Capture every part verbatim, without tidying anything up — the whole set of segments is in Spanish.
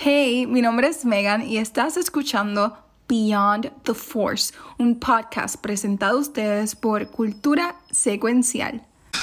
Hey, mi nombre es Megan y estás escuchando Beyond the Force, un podcast presentado a ustedes por Cultura Secuencial.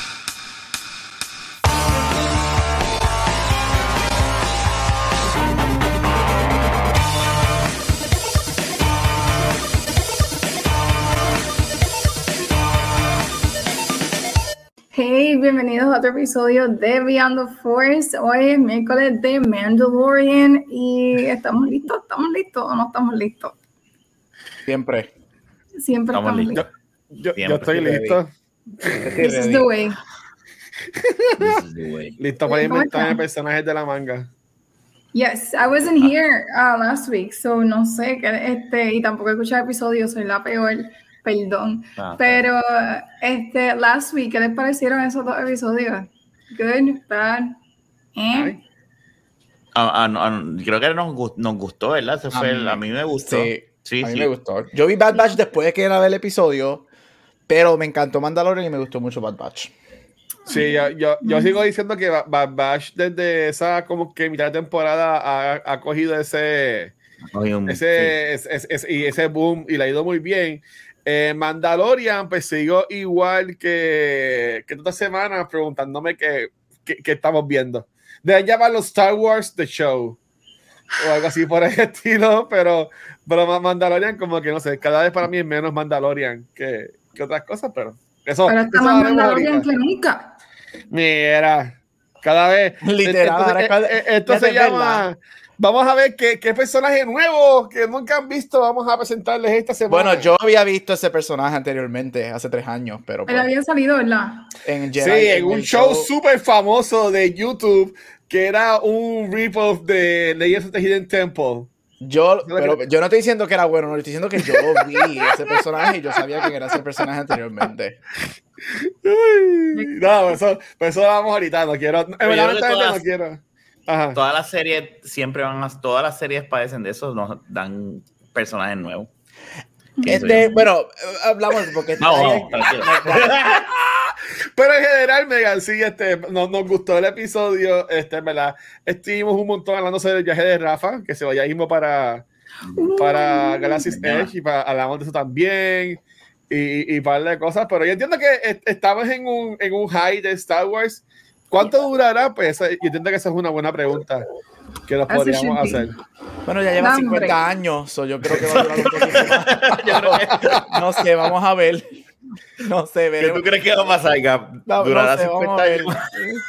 Hey, bienvenidos a otro episodio de Beyond the Force. Hoy es miércoles de Mandalorian y ¿estamos listos? ¿Estamos listos o no estamos listos? Siempre. Siempre estamos, estamos listos. Yo, yo, yo estoy listo. This is the way. This is the way. Listo para inventar el personaje de la manga. Yes, I wasn't here uh, last week, so no sé, que, este, y tampoco escuché el episodio, soy la peor. Perdón, ah, pero este, last week, ¿qué les parecieron esos dos episodios? Good, bad, eh? Ah, ah, no, creo que nos, nos gustó, ¿verdad? Se fue, a, mí, a mí me gustó. Sí, sí, a mí sí. me gustó. Yo vi Bad Batch después de que era ver el episodio, pero me encantó Mandalorian y me gustó mucho Bad Batch. Sí, yo, yo, yo sigo diciendo que Bad Batch desde esa como que mitad de temporada ha, ha cogido ese, un, ese, sí. ese, ese, y ese boom y le ha ido muy bien. Eh, Mandalorian pues siguió igual que, que toda semana preguntándome qué, qué, qué estamos viendo. Deben llamarlo Star Wars The Show o algo así por el estilo, pero, pero Mandalorian como que no sé, cada vez para mí es menos Mandalorian que, que otras cosas, pero eso, pero está eso más Mandalorian que nunca. Mira, cada vez literal, entonces, eh, eh, esto se llama verdad. Vamos a ver qué, qué personaje nuevo que nunca han visto vamos a presentarles esta semana. Bueno, yo había visto ese personaje anteriormente, hace tres años, pero... Él pues, había salido, ¿verdad? En Jedi, sí, en, en un show súper famoso de YouTube que era un rip-off de Legends of the Hidden Temple. Yo, pero yo no estoy diciendo que era bueno, no estoy diciendo que yo vi ese personaje y yo sabía quién era ese personaje anteriormente. No, eso, eso lo vamos ahorita, no quiero... En verdad, todas... no quiero... Ajá. Todas las series siempre van a, todas las series padecen de eso, nos dan personajes nuevos. Este, bueno, hablamos porque no, no, tranquilo. Pero en general, Megan, sí, este, nos, nos gustó el episodio, este, ¿verdad? Estuvimos un montón hablando sobre el viaje de Rafa, que se vaya mismo para, para Galaxy's Edge, y para, hablamos de eso también, y, y par de cosas, pero yo entiendo que estamos en un, en un high de Star Wars. ¿Cuánto durará? Pues yo entiendo que esa es una buena pregunta que nos podríamos hacer. Bueno, ya lleva cincuenta años, so yo creo que va a durar un poquito más. No sé, vamos a ver. No sé, veremos. ¿Qué tú crees que va a pasar, Gap? No, ¿Durará no sé, cincuenta años?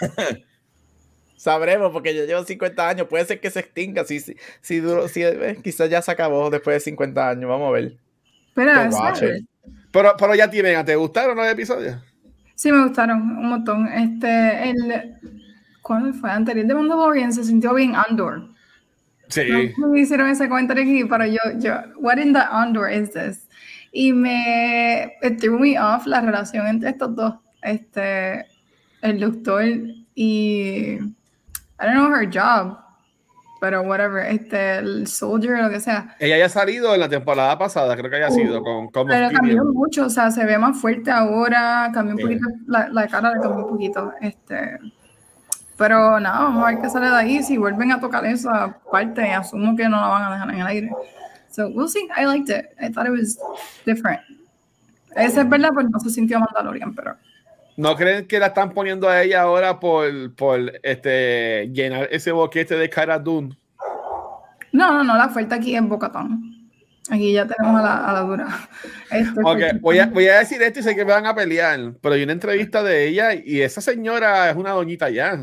Sabremos, porque yo llevo cincuenta años. Puede ser que se extinga. Si, si, si duró, si, eh, quizás ya se acabó después de cincuenta años. Vamos a ver. Espera, pero, pero ya tienen, ¿te gustaron los episodios? Sí, me gustaron un montón. Este, el, ¿cuándo fue? Anterior de Mandalorian se sintió bien Andor. Sí. No me hicieron ese comentario aquí, pero yo, yo, what in the Andor is this? Y me it threw me off la relación entre estos dos, este, el doctor y, I don't know her job, pero whatever, este, el soldier o lo que sea. Ella haya salido en la temporada pasada, creo que haya sido uh, con, con pero cambió mucho, o sea, se ve más fuerte ahora, cambió un poquito, yeah. la, la cara le cambió un poquito, este, pero nada, vamos a ver qué sale de ahí, si vuelven a tocar esa parte, asumo que no la van a dejar en el aire. So we'll see, I liked it, I thought it was different. Esa es verdad, pues no se sintió Mandalorian, pero... ¿No creen que la están poniendo a ella ahora por, por este, llenar ese boquete de Cara Dune? No, no, no, la oferta aquí es Bo-Katan. Aquí ya tenemos a la, a la dura. Este okay, voy, a, voy a decir esto y sé que me van a pelear, pero hay una entrevista de ella y esa señora es una doñita ya.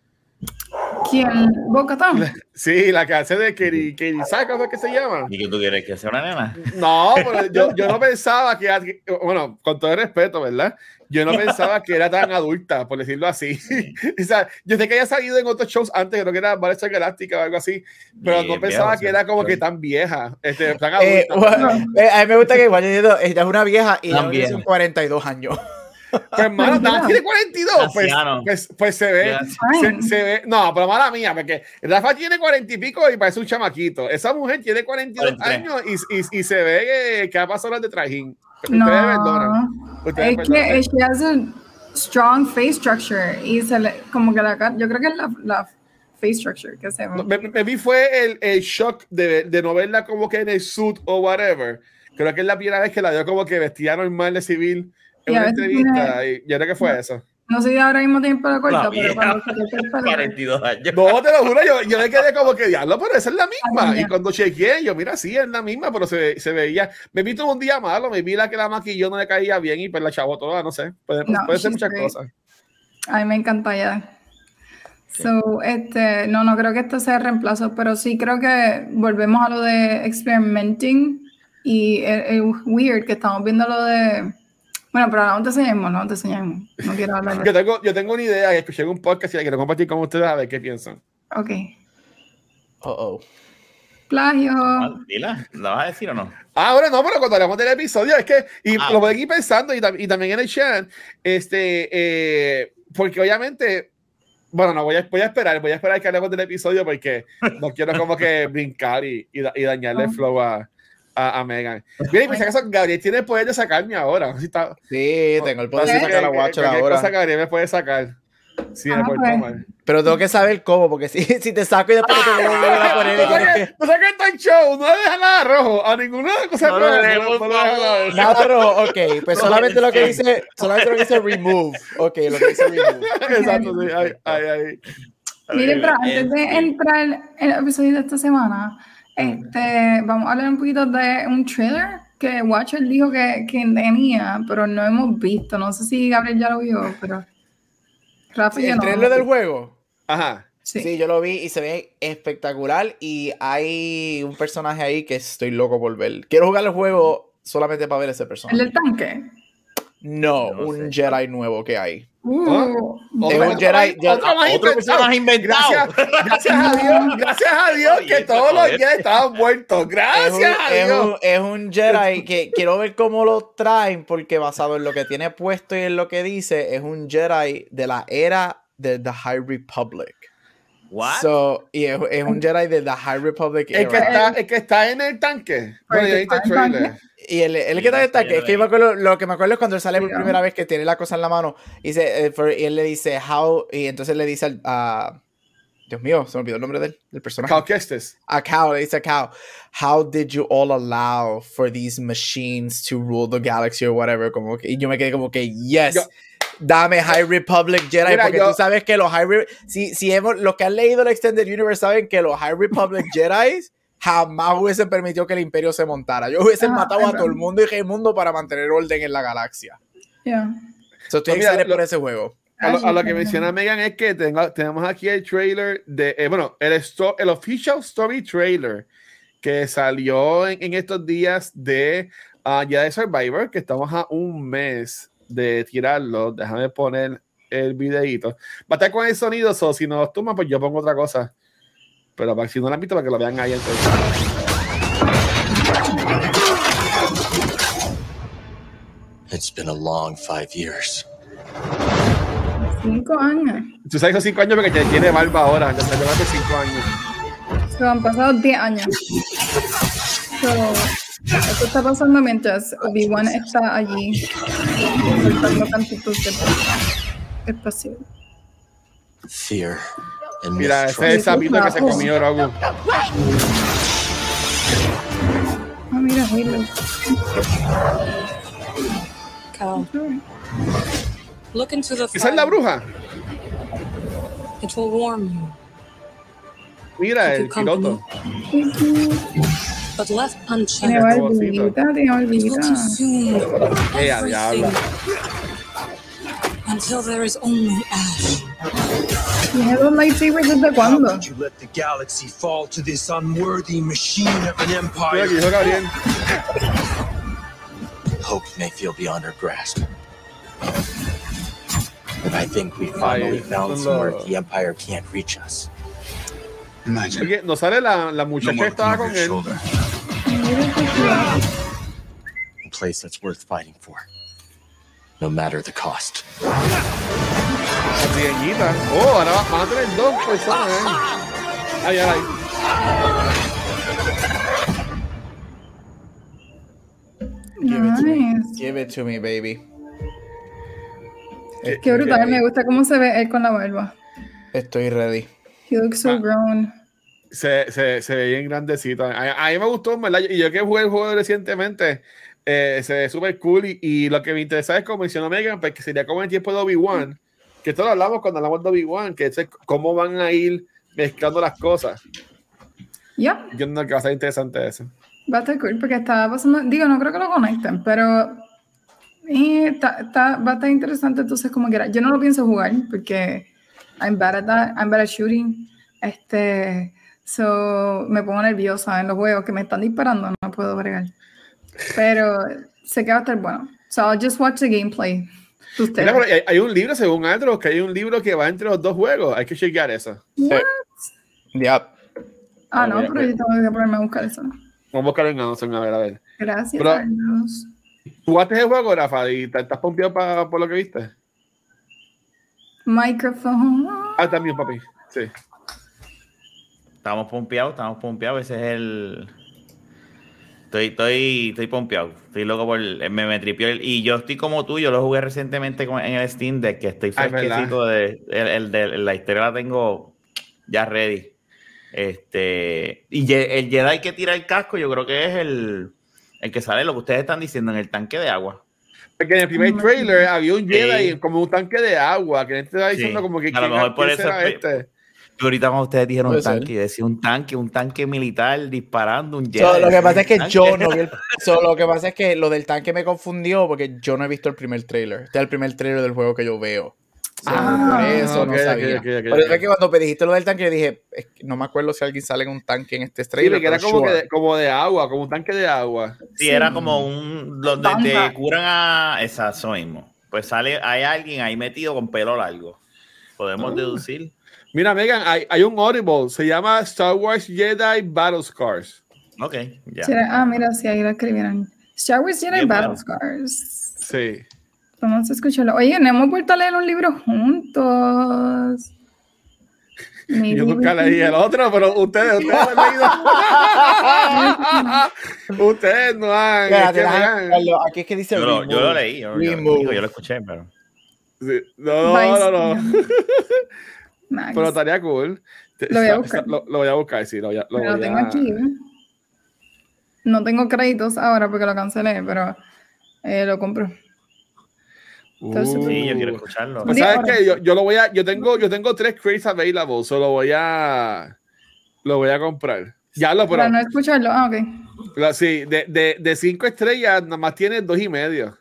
¿Quién? ¿Bo-Katan? Sí, la que hace de Kirisaka, ¿no es que se llama? ¿Y qué tú quieres? ¿Que sea una nena? No, pero yo, yo no pensaba que, bueno, con todo el respeto, ¿verdad? Yo no pensaba que era tan adulta, por decirlo así. O sea, yo sé que haya salido en otros shows antes, creo que era Battlestar Galactica o algo así, pero no pensaba que era como que tan vieja, este, tan adulta. Eh, bueno, eh, a mí me gusta que igual ella es una vieja y ella tiene cuarenta y dos años. Pues hermano, tiene cuarenta y dos, pues, pues, pues se ve, se, se ve, no, pero mala mía, porque Rafa tiene cuarenta y pico y parece un chamaquito. Esa mujer tiene cuarenta y dos años y, y, y se ve que, que ha pasado las de trajín. No, Ustedes es que she has a strong face structure y se le, como que la cara, yo creo que la, la face structure que se no, me, me vi fue el, el shock de, de no verla como que en el suit o whatever. Creo que es la primera vez que la dio como que vestida normal de civil en y una entrevista tiene... y yo creo que fue no. eso. No sé si ahora mismo tiene pelo corto, pero cuando cuarenta y dos años. No, te lo juro, yo, yo me quedé como que diablo, pero esa es la misma. Ay, y cuando chequeé, yo, mira, sí, es la misma, pero se, se veía. Me vi todo un día malo, me vi la que la maquilló no le caía bien y pues la chavo toda, no sé. Puede, no, puede ser muchas great. cosas. A mí me encanta ya. So, este, no, no creo que esto sea el reemplazo, pero sí creo que volvemos a lo de experimenting y es, es weird que estamos viendo lo de. Bueno, pero no te enseñemos, no te enseñemos. No quiero hablar de yo, tengo, yo tengo una idea que escuché en un podcast y la quiero compartir con ustedes a ver qué piensan. Ok. Uh oh. Plagio. Ah, dila, ¿la vas a decir o no? Ah, bueno, no, pero cuando hablamos del episodio, es que, y ah, lo voy a ir pensando, y, y también en el chat, este, eh, porque obviamente, bueno, no, voy a, voy a esperar, voy a esperar que hablemos del episodio porque no quiero como que brincar y, y, y dañarle el flow a. A, a Megan. Mira, y por si acaso, Gabriel tiene el poder de sacarme ahora. Si está, sí, tengo el poder de sacar a Watcher ahora. Cosa Gabriel me puede sacar. Sí, ah, me puede tomar. Pero tengo que saber cómo, porque si, si te saco y después ah, te voy a poner. No saques no saques tan show, no le deja nada rojo a ninguna cosa no roja. No, no, no, no, no, pero, ok, pues no, solamente lo que dice, solamente lo que dice remove. Ok, lo que dice remove. Exacto, sí, ay, ay, ay. Miren, pero antes de entrar en el episodio de esta semana, Este, vamos a hablar un poquito de un trailer que Watcher dijo que, que tenía, pero no hemos visto. No sé si Gabriel ya lo vio, pero Rafa sí, ¿el no trailer del juego? Ajá. Sí. sí, yo lo vi y se ve espectacular y hay un personaje ahí que estoy loco por ver. Quiero jugar el juego solamente para ver ese personaje. ¿El del tanque? No, no un sé. Jedi nuevo que hay. Uh, es un Jedi. Ya, otro más otro inventado. inventado. Gracias, gracias a Dios, gracias a Dios Oye, que todos los Jedi estaban muertos. Gracias un, a Dios. Es un, es un Jedi que quiero ver cómo lo traen, porque basado en lo que tiene puesto y en lo que dice, es un Jedi de la era de The High Republic. What? So, y es, es un Jedi de The High Republic. El que, está, el que está en el tanque. Bueno, ya viste el trailer. Y el, el que está en el tanque, es que me acuerdo, lo que me acuerdo es cuando él sale por primera vez que tiene la cosa en la mano y, dice, eh, for, y él le dice, how, y entonces le dice a, uh, Dios mío, se me olvidó el nombre del, del personaje. Cal Kestis. A Cal, le dice a Cal, how did you all allow for these machines to rule the galaxy or whatever, como que, y yo me quedé como que, yes, yo, dame High Republic Jedi, mira, porque yo, tú sabes que los High Republic, si, si hemos, los que han leído el Extended Universe saben que los High Republic Jedi jamás hubiesen permitido que el Imperio se montara. Yo hubiesen ah, matado a todo el mundo y el mundo para mantener orden en la galaxia. Yeah. So, estoy no, excited por ese juego. A lo, a lo que menciona Megan es que tengo, tenemos aquí el trailer de, eh, bueno, el, sto el official story trailer que salió en, en estos días de uh, ya de Survivor, que estamos a un mes de tirarlo. Déjame poner el videito. Va a estar con el sonido, so, si nos toma, pues yo pongo otra cosa. Pero para, si no la han visto, para que lo vean ahí entonces. It's been a long five years. Cinco años. Tú sabes esos cinco años porque tiene barba ahora. Ya se lleva de cinco años. Se han pasado diez años. So, esto está pasando mientras Obi-Wan está allí soltando cantitos de espacio. Fear. Mira, ese es el sapito que se comió Grogu. Ah, mira, Halo. Cal. Look into the fire. ¿Esa es la bruja? It will warm you. Mira, el piloto. But left unchecked. Tiene barbita, tiene barbita. Ella, diablo. Until there is only ash. ¿Tiene dos lightsabers desde cuándo? How could you let the galaxy fall to this unworthy machine of an empire? Mira, dijo Gabriel. Hope may feel beyond our grasp. I think we finally Ay, found somewhere lo... the empire can't reach us. Imagine. Oye, ¿no sale la, la muchacha no que estaba con él? A place that's worth fighting for, no matter the cost. Oh, ahora van a tener dos personas. ¿eh? Ay, ay, ay. Give nice. it to me. Give it to me, baby. Qué brutal, me gusta cómo se ve él con la barba. Estoy ready. He looks so grown. Se, se, se ve bien grandecito. A, a mí me gustó, ¿verdad? Y yo que jugué el juego recientemente, eh, se ve súper cool. Y, y lo que me interesa es, como mencionó Megan, pues que sería como en el tiempo de Obi-Wan, que esto lo hablamos cuando hablamos de Obi-Wan, que es cómo van a ir mezclando las cosas. Ya. Yeah. Yo no creo que va a ser interesante eso. Va a estar cool porque está pasando, digo, no creo que lo conecten, pero eh, está, está, va a estar interesante entonces como quiera. Yo no lo pienso jugar porque I'm bad at that, I'm bad at shooting. Este, so me pongo nerviosa en los juegos que me están disparando, no puedo bregar. Pero sé que va a estar bueno. So I'll just watch the gameplay. Mira, pero hay, hay un libro, según Andrew, que hay un libro que va entre los dos juegos. Hay que chequear eso. What? Yep. Ah, no, pero yo tengo que ponerme a buscar eso. Vamos a buscar en Amazon, a ver, a ver. Gracias, pero, Carlos. ¿tú jugaste el juego, Rafa? ¿Y estás pompeado pa, por lo que viste? Microphone. Ah, también, papi. Sí. Estamos pompeados, estamos pompeados. Ese es el... Estoy, estoy, estoy pompeado. Estoy loco por... Me, me tripió. El... Y yo estoy como tú. Yo lo jugué recientemente en el Steam Deck, que estoy fresquecito. De, el, el, de, la historia la tengo ya ready. Este... Y el Jedi que tira el casco, yo creo que es el, el que sale, lo que ustedes están diciendo, en el tanque de agua. Porque en el primer trailer había un Jedi sí. como un tanque de agua, que estaba diciendo sí. como que... A lo mejor por eso... Este? Y ahorita cuando ustedes dijeron un tanque, yo decía un tanque, un tanque militar disparando, un Jedi. So, lo que pasa es que tanque. yo no vi el... So, lo que pasa es que lo del tanque me confundió porque yo no he visto el primer trailer. Este es el primer trailer del juego que yo veo. So, ah, por eso okay, no sabía. Okay, okay, por eso es que cuando me dijiste lo del tanque, yo dije, es que no me acuerdo si alguien sale en un tanque en este trailer. Sí, que era como, sure. que de, como de agua, como un tanque de agua. Sí, sí. Era como un... Donde te curan a... Exacto mismo. Pues sale, hay alguien ahí metido con pelo largo. Podemos oh. deducir... Mira, Megan, hay, hay un Audible, se llama Star Wars Jedi Battle Scars. Ok, ya. Yeah. Ah, mira, sí, ahí lo escribieron. Star Wars Jedi Bien Battle bueno. Scars. Sí. Vamos a escucharlo. Oye, no hemos vuelto a leer un libro juntos. Mi Yo nunca leí el otro, pero ustedes, ustedes lo han leído. Ustedes no han... Mira, es que aquí es que dice... Yo lo, yo lo leí, yo, yo, yo, yo lo escuché, pero... Sí. No, no, no, no. no. Nice. Pero estaría cool. Lo voy a buscar. Lo, lo voy a buscar, sí. Lo, voy a, lo, lo voy tengo a... aquí. ¿eh? No tengo créditos ahora porque lo cancelé, pero eh, lo compro. Entonces, uh, sí, yo quiero escucharlo. Pues, ¿sabes qué? Yo, yo lo voy a... Yo tengo, yo tengo tres crates available, solo lo voy a... Lo voy a comprar. Ya lo Para no escucharlo. Ah, ok. Pero, sí, de, de, de cinco estrellas, nada más tiene dos y medio.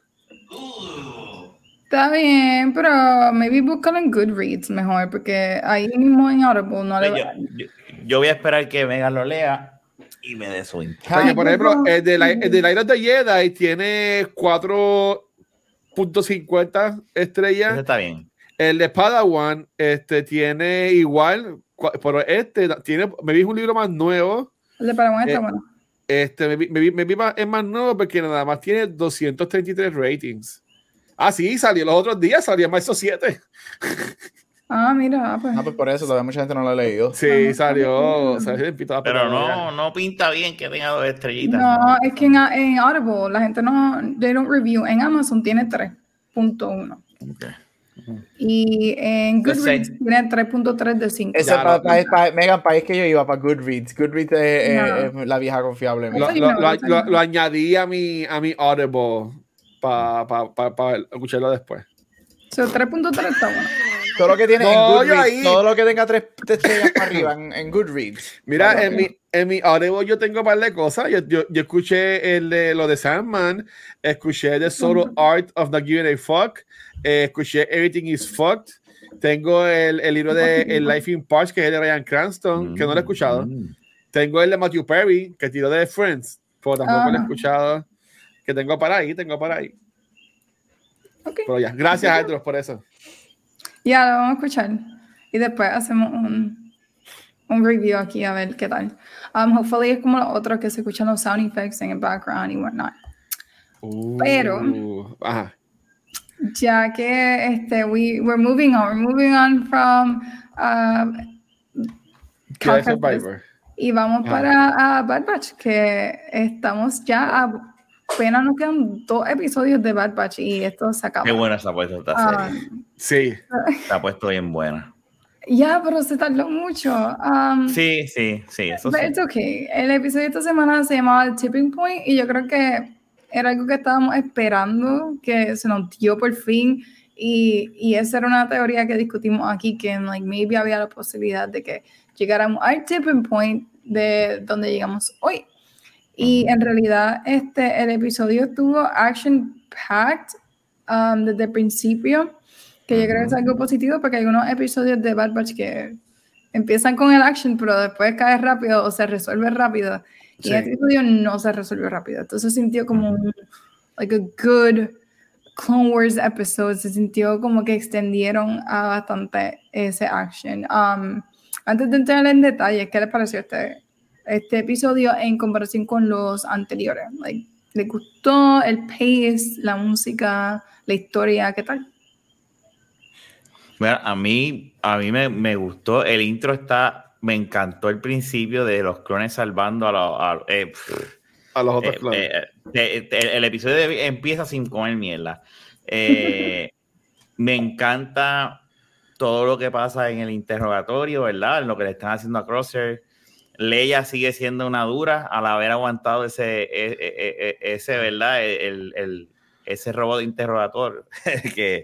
Está bien, pero maybe búscalo en Goodreads mejor, porque ahí mismo en Audible no le va yo, yo, yo voy a esperar que Megan lo lea y me dé su input. O sea, por ejemplo, el de la, el de Light of the Jedi tiene cuatro punto cincuenta estrellas. Eso está bien. El de Padawan este, tiene igual, pero este tiene, me vi un libro más nuevo. El de Padawan eh, está bueno. Este, me vi, me vi, me vi más, es más nuevo porque nada más tiene doscientos treinta y tres ratings. Ah, sí, salió los otros días, salió en marzo siete. Ah, mira. Pues. Ah, pues por eso todavía mucha gente no lo ha leído. Sí, salió. salió pero no, no pinta bien que tenga dos estrellitas. No, ¿no? Es que en, en Audible la gente no, they don't review. En Amazon tiene tres punto uno. Okay. Y en Goodreads tiene tres punto tres de cinco. Ese es para, para, para, Megan, país que yo iba, para Goodreads. Goodreads es, no. es, es la vieja confiable. Lo, lo, lo, lo, lo añadí a mi, a mi Audible para pa, pa, pa escucharlo después. So, tres punto tres está bueno. Todo lo que tiene no, en Goodreads, todo lo que tenga tres estrellas para arriba en, en Goodreads. Mira, en mi, en mi Audible yo tengo un par de cosas. Yo, yo, yo escuché el de, lo de Sandman, escuché The Subtle Art of Not Giving a Fuck, eh, escuché Everything is Fucked. Tengo el, el libro de el Life in Parts, que es de Ryan Cranston, mm, que no lo he escuchado. Mm. Tengo el de Matthew Perry, que tiró de Friends, pero tampoco uh. lo he escuchado. Que tengo para ahí, tengo para ahí. Okay. Pero ya, gracias a Andros por eso. Ya, lo vamos a escuchar. Y después hacemos un, un review aquí a ver qué tal. Um, hopefully es como los otros que se escuchan los sound effects en el background y whatnot. Uh, Pero, ajá. ya que este, we, we're moving on, we're moving on from uh, Survivor. Y vamos ajá. para uh, Bad Batch, que estamos ya a apenas nos quedan dos episodios de Bad Batch y esto se acaba. Qué buena se ha puesto esta serie. Uh, sí. Se ha puesto bien buena. Ya, yeah, pero se tardó mucho. Um, sí, sí, sí, eso but sí. It's okay. El episodio de esta semana se llamaba Tipping Point y yo creo que era algo que estábamos esperando, que se nos dio por fin. Y, y esa era una teoría que discutimos aquí, que like, maybe había la posibilidad de que llegáramos al tipping point de donde llegamos hoy. Y en realidad este, el episodio estuvo action-packed um, desde el principio, que yo creo que es algo positivo porque hay unos episodios de Bad Batch que empiezan con el action, pero después cae rápido o se resuelve rápido. Sí. Y este episodio no se resolvió rápido. Entonces se sintió como un like a good Clone Wars episode. Se sintió como que extendieron a bastante ese action. Um, antes de entrar en detalles, ¿qué les pareció este, este episodio en comparación con los anteriores? Like, ¿les gustó el pace, la música, la historia? ¿Qué tal? Bueno, a mí, a mí me, me gustó. El intro está, me encantó el principio de los clones salvando a los, a, eh, a los otros eh, clones. Eh, eh, el, el episodio de, empieza sin comer mierda. Eh, me encanta todo lo que pasa en el interrogatorio, ¿verdad? En lo que le están haciendo a Crosshair. Leia sigue siendo una dura al haber aguantado ese, ese, ese ¿verdad? El, el, ese robot de interrogatorio que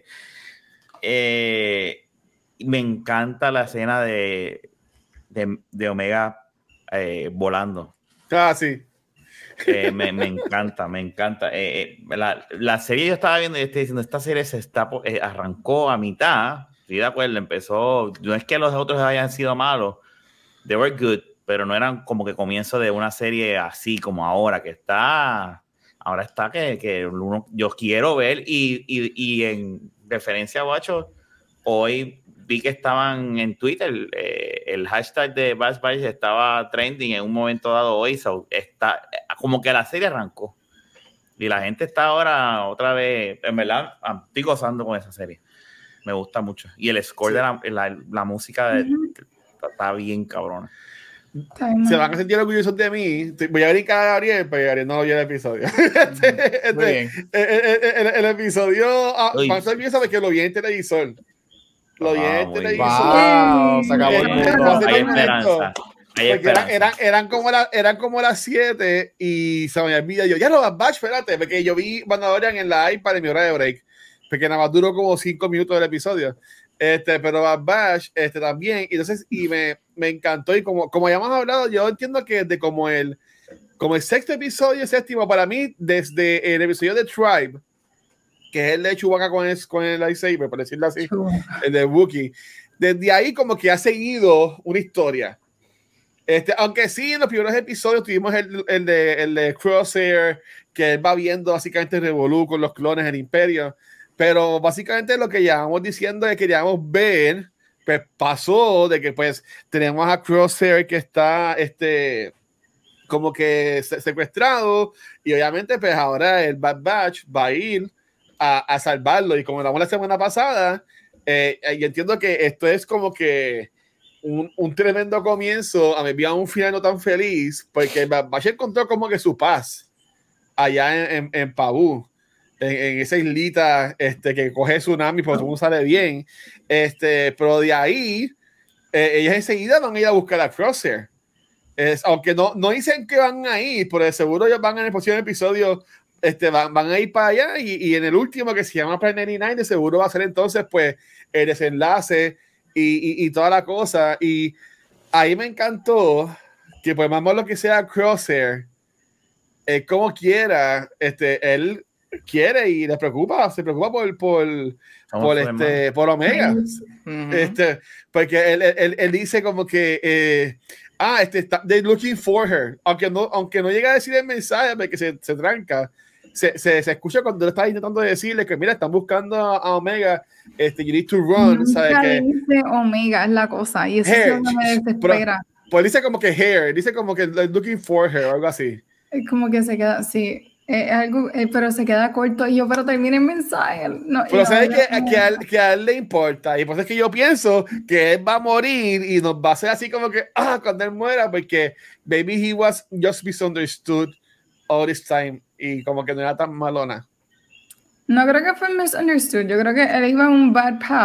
Eh, me encanta la escena de, de, de Omega eh, volando. Ah, sí. Eh, me, me encanta, me encanta. Eh, eh, la, la serie yo estaba viendo y estoy diciendo, esta serie se está, eh, arrancó a mitad, ¿sí? De acuerdo, empezó, no es que los otros hayan sido malos, they were good, pero no eran como que comienzo de una serie así como ahora, que está, ahora está que, que uno, yo quiero ver y, y, y en referencia a Guacho, hoy vi que estaban en Twitter, eh, el hashtag de Bad Batch estaba trending en un momento dado hoy, so está, como que la serie arrancó y la gente está ahora otra vez, en verdad, estoy gozando con esa serie, me gusta mucho y el score sí. de la, la, la música de, uh-huh. está, está bien cabrona. Se van a sentir orgullosos de mí. Voy a brincar a Gabriel, pero Gabriel no lo vio el episodio. este, Muy bien. El, el, el, el episodio, ah, más bien sabe que lo vi en televisor. Lo vi en televisor. Wow, se acabó el mundo. Hay esperanza. Hay eran, eran, eran, como la, eran como las siete y se me olvida yo, ya lo Bad Batch, espérate, porque yo vi Mandalorian en la iPad en mi hora de break, porque nada más duró como cinco minutos del episodio. Este, pero Bad Batch este, también, y entonces y me, me encantó y como, como ya hemos hablado, yo entiendo que desde como el como el sexto episodio, séptimo, para mí, desde el episodio de Tribe, que es el de Chewbacca con el, con el lightsaber, por decirlo así, el de Wookiee, desde ahí como que ha seguido una historia. Este, aunque sí, en los primeros episodios tuvimos el, el, de, el de Crosshair, que él va viendo básicamente Revolú con los clones del Imperio. Pero básicamente lo que llevamos diciendo es que queríamos ver, pues pasó de que pues tenemos a Crosshair que está este, como que secuestrado y obviamente pues ahora el Bad Batch va a ir a, a salvarlo y como hablamos la semana pasada, eh, y entiendo que esto es como que un, un tremendo comienzo a mí a un final no tan feliz porque el Bad Batch encontró como que su paz allá en, en, en Pabú. En, en esa islita este, que coge tsunami, porque todo sale bien. Este, pero de ahí, eh, ellos enseguida van a ir a buscar a Crosshair. Es, aunque no, no dicen que van a ir, pero de seguro ellos van en el próximo episodio, este, van, van a ir para allá. Y, y en el último, que se llama Planet noventa y nueve, de seguro va a ser entonces pues el desenlace y, y, y toda la cosa. Y ahí me encantó que, pues, más lo que sea Crosshair, eh, como quiera, este, él quiere y le preocupa, se preocupa por por, por este por Omega. Uh-huh. Este, porque él, él, él dice como que eh, ah, este está they're looking for her, aunque no, aunque no llega a decir el mensaje porque se, se tranca, se, se, se escucha cuando él está intentando decirle que mira, están buscando a, a Omega, este, you need to run. ¿Sabes que dice Omega es la cosa y eso hair, es lo que me desespera? Pues dice como que hair, dice como que looking for her o algo así. Es como que se queda así. Eh, algo, eh, pero se queda corto y yo, pero termina el mensaje. No, pero no, sabes no, que, no. que, a él, que a él le importa y por eso es que yo pienso que él va a morir y nos va a hacer así como que ah, cuando él muera, porque maybe he was just misunderstood all this time y como que no era tan malona. No creo que fue misunderstood, yo creo que él iba en un bad path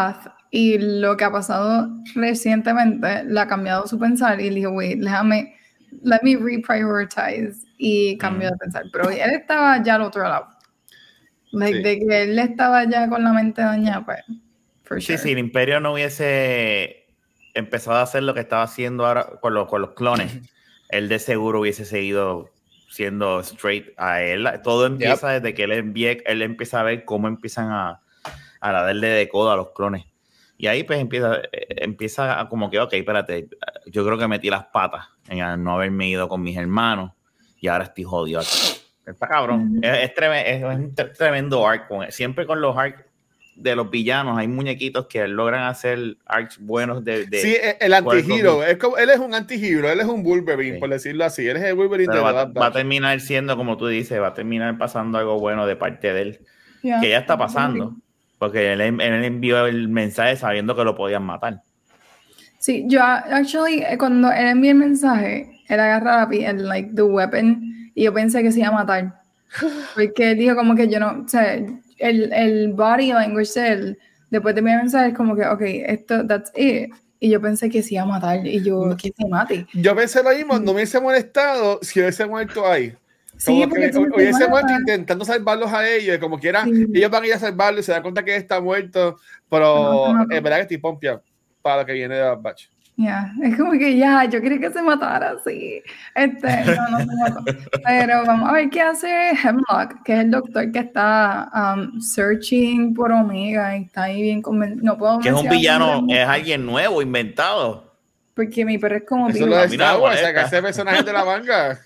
y lo que ha pasado recientemente le ha cambiado su pensar y le dijo, wait, déjame, let me reprioritize y cambió mm. de pensar. Pero él estaba ya al otro lado. Like, sí. De que él estaba ya con la mente dañada, pues, for sure. Sí, si el Imperio no hubiese empezado a hacer lo que estaba haciendo ahora con los, con los clones, él de seguro hubiese seguido siendo straight a él. Todo empieza yep. desde que él, envíe, él empieza a ver cómo empiezan a, a darle de codo a los clones. Y ahí pues empieza, empieza a como que, ok, espérate, yo creo que metí las patas en no haberme ido con mis hermanos y ahora estoy jodido aquí. Está cabrón. Mm-hmm. Es, es, tremendo, es un tremendo arc. Siempre con los arcs de los villanos hay muñequitos que logran hacer arcs buenos de... de sí, el anti-hero. Es como, él es un anti-hero. Él es un Wolverine, sí. por decirlo así. Él es el Wolverine Pero de va, la va a terminar siendo, como tú dices, va a terminar pasando algo bueno de parte de él. Yeah. Que ya está pasando. Porque él, él envió el mensaje sabiendo que lo podían matar. Sí, yo, actually, cuando él envió el mensaje, él agarra el, like, the weapon y yo pensé que se iba a matar. Porque él dijo como que yo no, o sea, el, el body language de él, después de mi mensaje, es como que, ok, esto, that's it. Y yo pensé que se iba a matar y yo, no. que se mate. Yo pensé lo mismo, no me hubiese molestado si hubiese muerto ahí. Como sí, que hubiese muerto intentando salvarlos a ellos, como quieran, sí. ellos van a ir a salvarlos y se dan cuenta que él está muerto, pero no, no, es verdad que estoy pompeado para lo que viene de Bad Batch. Ya, yeah. Es como que ya, yo quería que se matara, sí. Este, no, no se mató. Pero vamos a ver qué hace Hemlock, que es el doctor que está um, searching por Omega y está ahí bien convencido. No puedo que es un villano, es alguien nuevo, inventado. Porque mi perro es como... Eso lo de Star Wars, o sea, que ese personaje de la manga...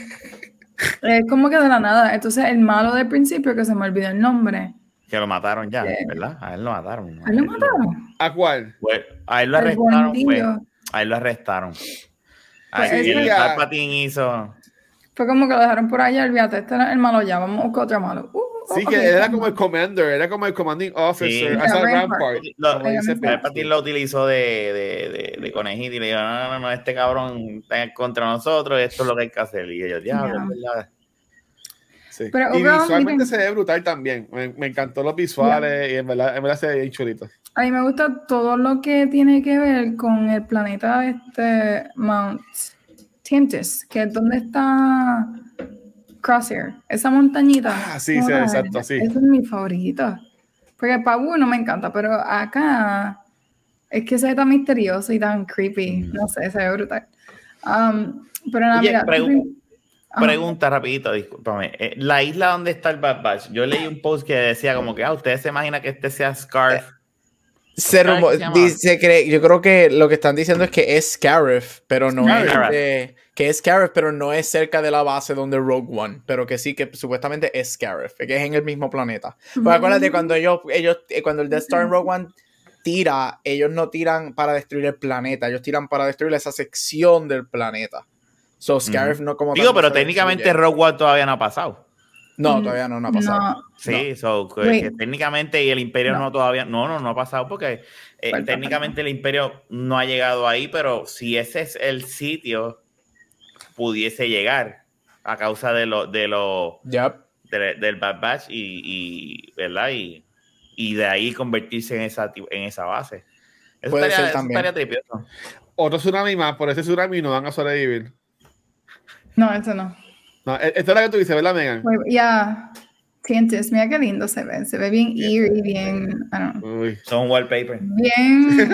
Es como que de la nada. Entonces, el malo del principio, que se me olvidó el nombre. Que lo mataron ya, yeah. ¿verdad? A él lo mataron. ¿A él lo mataron? ¿A cuál? Pues, a él lo arrestaron. Pues, a él lo arrestaron. Pues Ahí el Palpatine hizo... Fue como que lo dejaron por allá, olvídate, este era el malo ya, vamos a buscar otro malo. Uh, sí, okay, que era como el commander, era como el commanding officer. Sí. Hasta Rampart. Lo, Palpatine lo utilizó de, de, de, de conejito y le dijo, no, no, no, este cabrón está contra nosotros, esto es lo que hay que hacer. Y ellos, diablo, yeah. es verdad. Sí. Pero, y overall, visualmente miren, se ve brutal también. Me, me encantó los visuales yeah. y en verdad, en verdad se ve bien chulito. A mí me gusta todo lo que tiene que ver con el planeta este Mount Tientis, que es donde está Crosshair. Esa montañita. Ah, sí, sí, exacto, sí. Esa es mi favorita. Porque Pabu no me encanta, pero acá es que se ve tan misterioso y tan creepy. Mm. No sé, se ve brutal. Um, pero nada, Oye, mira, pregu pregunta rapidito, discúlpame. Eh, la isla donde está el Bad Batch, yo leí un post que decía como que, ah, ¿ustedes se imaginan que este sea Scarf? Se rumbo, dice, cree, yo creo que lo que están diciendo es que es Scarif, pero no Scarif. es de, que es Scarif, pero no es cerca de la base donde Rogue One, pero que sí que supuestamente es Scarif, que es en el mismo planeta. Mm-hmm. Pues acuérdate cuando ellos, ellos, cuando el Death Star en Rogue One tira, ellos no tiran para destruir el planeta, ellos tiran para destruir esa sección del planeta. So Scarif mm-hmm. no como digo, pero técnicamente destruye. Rogue One todavía no ha pasado. No, todavía no, no ha pasado. No. Sí, no. So, que, que técnicamente y el Imperio no. no todavía, no, no, no ha pasado porque eh, técnicamente el Imperio no ha llegado ahí, pero si ese es el sitio, pudiese llegar a causa de lo, de lo, yep. de, del Bad Batch y, y verdad y, y de ahí convertirse en esa en esa base. Eso puede estaría, ser también. Eso estaría tripioso. Otro tsunami más, por ese tsunami no van a sobrevivir. No, eso no. No, esta es la que tú dices, ¿verdad, Megan? Ya, yeah. Sientes, mira qué lindo se ve. Se ve bien eerie, bien. I don't know. Uy. Son wallpaper. Bien.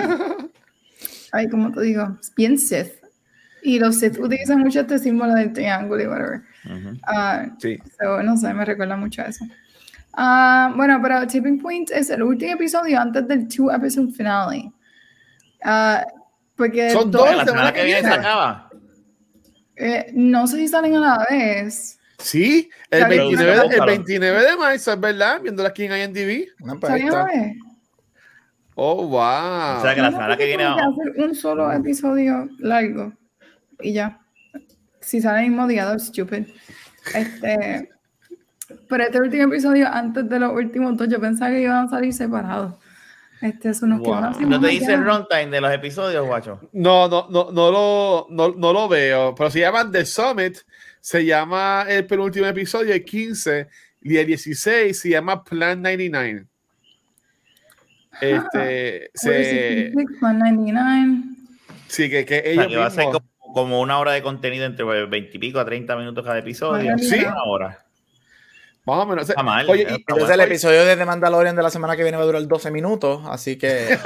Ay, ¿cómo te digo? Bien Sith. Y los Sith utilizan mucho este símbolo del triángulo y whatever. Uh-huh. uh, sí. So, no sé, me recuerda mucho a eso. Uh, bueno, pero Tipping Point es el último episodio antes del two episode finale. Uh, porque son dos, la semana que viene se acaba. Eh, no sé si salen a la vez. Sí, el veintinueve, el veintinueve de marzo, es verdad, viéndola aquí en I M D B. No, ¿Salen a la vez? Oh, wow. O sea que la semana que viene vamos a hacer un solo episodio largo y ya. Si sale el mismo día, that's stupid. Este, pero este último episodio, antes de los últimos dos, yo pensaba que iban a salir separados. Este es unos wow. que ¿No te dice el runtime de los episodios, guacho? No, no, no, no lo, no, no lo veo. Pero se llama The Summit, se llama el penúltimo episodio, el quince, y el dieciséis se llama Plan noventa y nueve. Este, se, sí, que, que ellos o sea, que va a ser como, como una hora de contenido entre veintipico a treinta minutos cada episodio. Sí, una hora. Más o menos. Mal, oye, y, entonces el episodio de The Mandalorian de la semana que viene va a durar doce minutos, así que...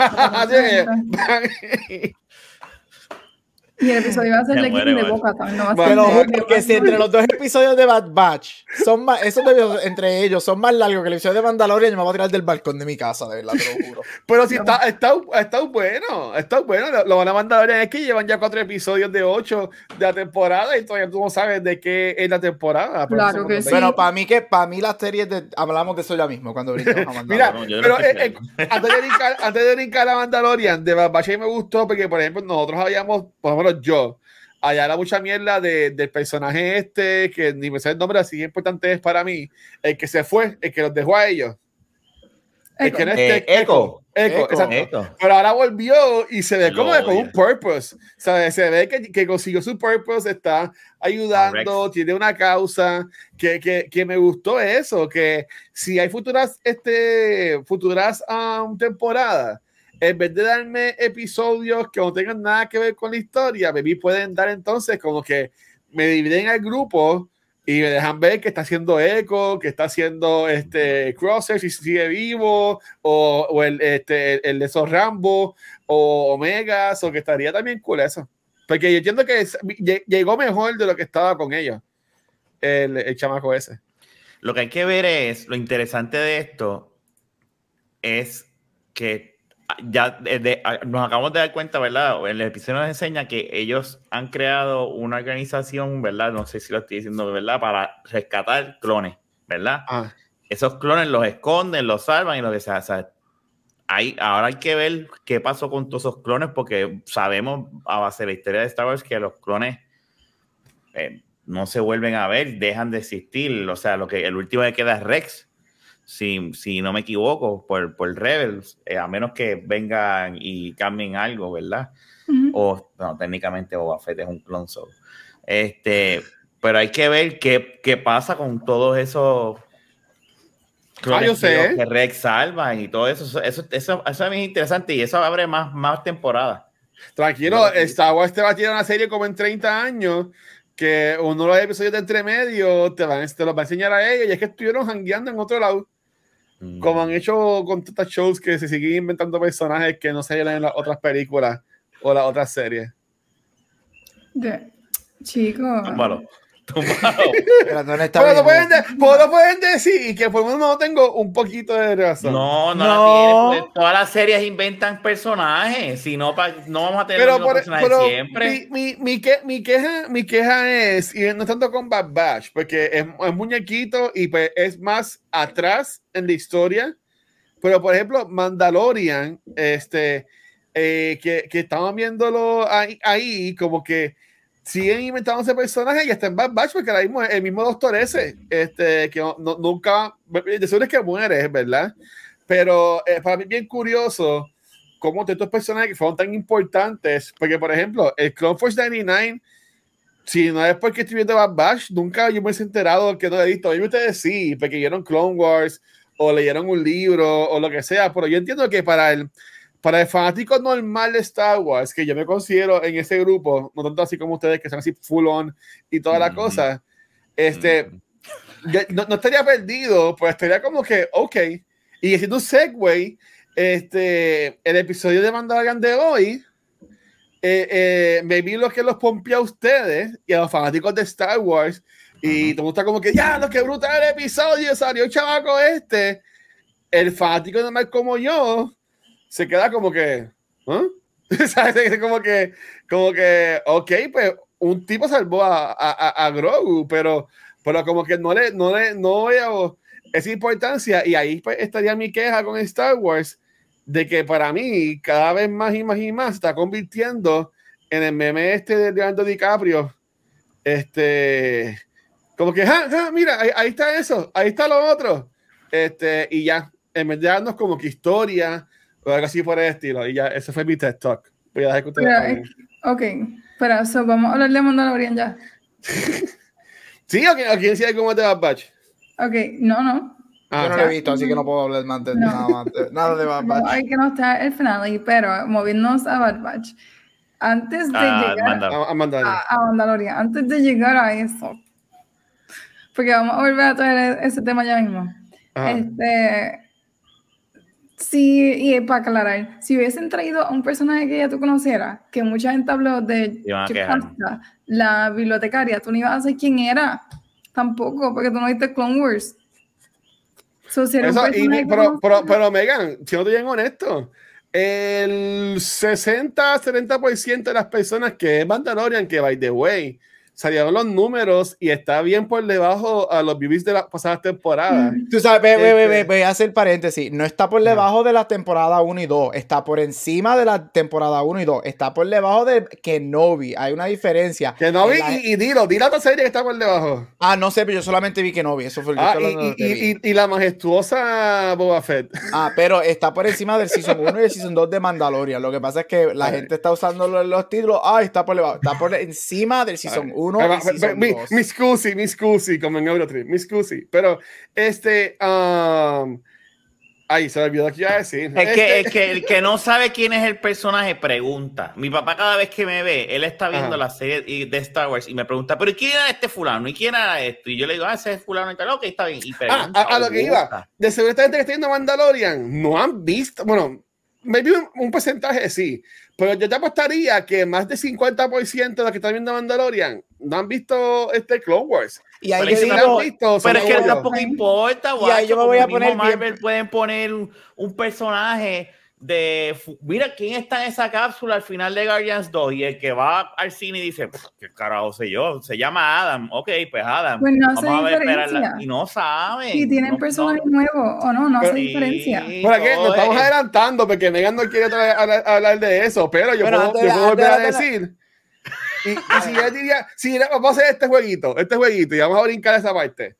Y el episodio va a ser de King de Boca también. No va a ser lo juro, porque si entre los dos episodios de Bad Batch son más, esos de, entre ellos son más largos que el episodio de Mandalorian, yo me voy a tirar del balcón de mi casa, de verdad, te lo juro. Pero si está, está, está bueno, está bueno. Lo, lo van a Mandalorian es que llevan ya cuatro episodios de ocho de la temporada y todavía tú no sabes de qué es la temporada. Claro que sí. Pero para mí, que para mí las series de, hablamos de eso ya mismo cuando brincamos a Mandalorian. Mira, pero eh, eh, antes, de brincar, antes de brincar a Mandalorian, de Bad Batch me gustó porque, por ejemplo, nosotros habíamos, por ejemplo, yo, allá era mucha mierda de, del personaje este, que ni me sé el nombre, así importante es para mí, el que se fue, el que los dejó a ellos. El que no es eh, Echo. Echo, Echo, exacto. Echo. Pero ahora volvió y se ve como con un purpose. O sea, se ve que, que consiguió su purpose, está ayudando, Correct. Tiene una causa, que, que, que me gustó eso, que si hay futuras, este, futuras um, temporadas, en vez de darme episodios que no tengan nada que ver con la historia, baby, pueden dar entonces como que me dividen al grupo y me dejan ver que está haciendo Echo, que está haciendo este Crosser, si sigue vivo, o, o el, este, el, el de esos Rambo, o Omegas, o que estaría también cool eso. Porque yo entiendo que es, llegó mejor de lo que estaba con ellos, el, el chamaco ese. Lo que hay que ver es, lo interesante de esto es que ya de, de, nos acabamos de dar cuenta, ¿verdad? El episodio nos enseña que ellos han creado una organización, ¿verdad? No sé si lo estoy diciendo, ¿verdad? Para rescatar clones, ¿verdad? Ah. Esos clones los esconden, los salvan y lo que sea. O sea hay, ahora hay que ver qué pasó con todos esos clones, porque sabemos a base de la historia de Star Wars que los clones eh, no se vuelven a ver, dejan de existir. O sea, lo que el último que queda es Rex. Si, si no me equivoco, por, por Rebels, eh, a menos que vengan y cambien algo, ¿verdad? Uh-huh. O, no, técnicamente Boba Fett es un clon solo. Este, pero hay que ver qué, qué pasa con todos esos ah, yo sé. que Rex salva y todo eso. Eso, eso, eso, eso es interesante y eso abre más, más temporadas. Tranquilo, Star Wars te va a tirar una serie como en treinta años, que uno de los episodios de entremedio te, van, te los va a enseñar a ellos, y es que estuvieron jangueando en otro lado. Como han hecho con tantos shows que se siguen inventando personajes que no se ven en las otras películas o las otras series. De... Chicos. Túmbalo. Túmbalo. Pero no pueden, de, pueden decir que por lo menos no tengo un poquito de razón. No, no, no. La tiene, pues, todas las series inventan personajes. Si no, pa, no vamos a tener pero los mismos personajes pero siempre. Mi, mi, mi, que, mi, queja, mi queja es, y no tanto con Bad Batch, porque es, es muñequito y pues, es más atrás en la historia. Pero, por ejemplo, Mandalorian, este, eh, que, que estaban viéndolo ahí, ahí como que siguen inventándose personajes y hasta en Bad Batch, porque ahora mismo el mismo doctor ese, este, que no, no, nunca, de seguro es que muere, ¿verdad? Pero eh, para mí es bien curioso cómo de estos personajes que fueron tan importantes, porque por ejemplo, el Clone Force noventa y nueve, si no es porque estoy viendo Bad Batch, nunca yo me he enterado que no lo he visto. Oye, ustedes sí, porque vieron Clone Wars, o leyeron un libro, o lo que sea, pero yo entiendo que para el Para el fanático normal de Star Wars, que yo me considero en ese grupo, no tanto así como ustedes que son así full on y toda la mm-hmm. cosa, este, mm-hmm. no, no estaría perdido, pues estaría como que, ok. Y haciendo un segue, este, el episodio de Mandalorian de hoy, eh, eh, me vi lo que los pompea a ustedes y a los fanáticos de Star Wars, y uh-huh. todo está como que, ya, lo que brutal el episodio, salió el chavaco este. El fanático normal como yo se queda como que, ¿eh? ¿sabes? Como que, como que, ok, pues un tipo salvó a, a, a Grogu, pero, pero como que no le, no le, no veo esa importancia, y ahí pues estaría mi queja con Star Wars, de que para mí cada vez más y más y más se está convirtiendo en el meme este de Leonardo DiCaprio, este, como que, ja, ja, mira, ahí, ahí está eso, ahí está lo otro, este, y ya, en vez de darnos como que historia, o algo así por el estilo, y ya, ese fue mi TED Talk. Voy a dejar que ustedes pero, ok, pero so, vamos a hablar de Mandalorian ya. ¿Sí? ¿O quién decide cómo te va, Batch? Ok, no, no. Ah, yo no lo he visto, así que no puedo hablar más de, no. nada, más de, nada de Bad Batch. No, hay que no está el finale, pero moviéndonos a Bad Batch. Antes de ah, llegar Mandal- a, a, Mandalorian. a, a Mandalorian, antes de llegar a eso, porque vamos a volver a traer ese tema ya mismo. Ajá. Este, sí, y para aclarar, si hubiesen traído a un personaje que ya tú conocieras, que mucha gente habló de Pasta, la bibliotecaria, tú no ibas a saber quién era, tampoco, porque tú no viste Clone Wars. So, si Eso, y, pero, pero, pero Megan, si no te digo honesto, el sesenta a setenta por ciento de las personas que es Mandalorian, que by the way, salieron los números y está bien por debajo a los B Bs de las pasadas temporadas. Mm. Tú sabes, ve, este... ve, ve, voy a hacer paréntesis. No está por debajo de la temporada uno y dos. Está por encima de la temporada uno y dos. Está por debajo de Kenobi. Hay una diferencia. Kenobi la... y, y dilo, dilo a otra serie que está por debajo. Ah, no sé, pero yo solamente vi Kenobi. Eso fue el ah, y, y, y, y, y la majestuosa Boba Fett. Ah, pero está por encima del Season uno y el Season dos de Mandalorian. Lo que pasa es que la gente está usando los, los títulos. Ah, está por debajo. Está por encima del Season uno. Mi, mi scusi, mi scusi, como en Eurotrip, mi scusi. Pero, este, um, ay, se me olvidó que iba a decir. Es este... que, es que el que no sabe quién es el personaje pregunta. Mi papá cada vez que me ve, él está viendo Ajá. la serie de Star Wars y me pregunta, ¿pero quién era este fulano? ¿Y quién era esto? Y yo le digo, ah, ese es fulano y tal, ok, está bien. Y pregunta, ah, a, a lo que iba, de seguro esta gente que está viendo Mandalorian, no han visto, bueno, maybe un, un porcentaje sí, pero yo te apostaría que más de cincuenta por ciento de los que están viendo Mandalorian no han visto este Clone Wars. Y ahí pero digo, no han visto, pero es que tampoco importa, guacho, y ahí yo me voy a poner Marvel bien... pueden poner un, un personaje de, mira quién está en esa cápsula al final de Guardians dos, y el que va al cine y dice, qué carajo sé yo, se llama Adam, ok, pues Adam, pues no vamos a ver, diferencia. Y no saben si tienen no, personajes no, nuevos o no, no pero, hace diferencia. ¿Por qué? Nos estamos es... adelantando porque Megan no quiere hablar, hablar de eso, pero yo bueno, puedo, yo puedo volver a decir y, y si yo diría, si vamos a hacer este jueguito, este jueguito y vamos a brincar esa parte,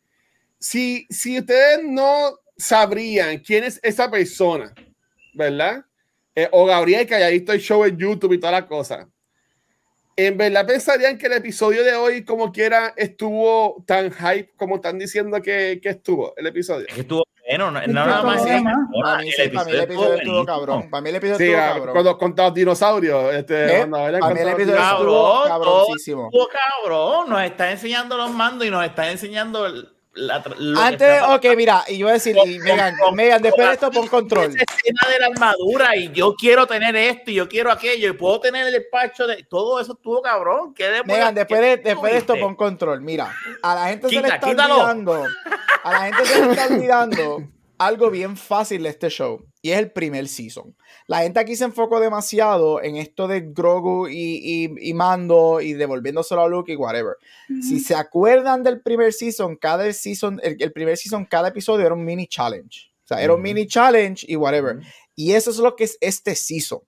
si, si ustedes no sabrían quién es esa persona, ¿verdad? Eh, o Gabriel, que haya visto el show en YouTube y toda la cosa, ¿en verdad pensarían que el episodio de hoy, como quiera, estuvo tan hype como están diciendo que, que estuvo el episodio? Estuvo bueno, no, no nada más. Para mí el episodio estuvo cabrón. Para mí el episodio estuvo cabrón. Cuando con los dinosaurios. Este, ¿Eh? Para mí el episodio estuvo cabroncísimo. Estuvo cabrón. Nos está enseñando los mandos y nos está enseñando... El... La, Antes, ok, mira, y yo voy a decir, y Megan, Megan, después de esto pon control. Esa escena de la armadura y yo quiero tener esto y yo quiero aquello y puedo tener el despacho de todo eso estuvo cabrón. ¿Qué de Megan, después de, después de esto pon control. Mira, a la gente Quita, se le está quítalo. olvidando, a la gente se le está olvidando algo bien fácil de este show y es el primer season. La gente aquí se enfocó demasiado en esto de Grogu y, y, y Mando y devolviéndoselo a Luke y whatever. Mm-hmm. Si se acuerdan del primer season, cada season, el, el primer season, cada episodio era un mini challenge. O sea, mm-hmm. era un mini challenge y whatever. Mm-hmm. Y eso es lo que es este season.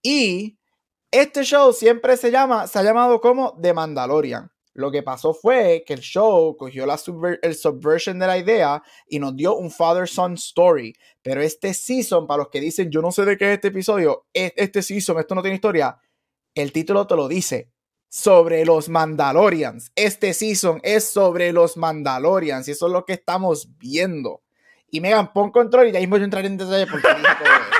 Y este show siempre se llama, se ha llamado como The Mandalorian. Lo que pasó fue que el show cogió la subver- el subversion de la idea y nos dio un father-son story. Pero este season, para los que dicen, yo no sé de qué es este episodio, este season, esto no tiene historia, el título te lo dice, sobre los Mandalorians. Este season es sobre los Mandalorians y eso es lo que estamos viendo. Y Megan, pon control y ya mismo yo entraré en detalle porque dije todo esto.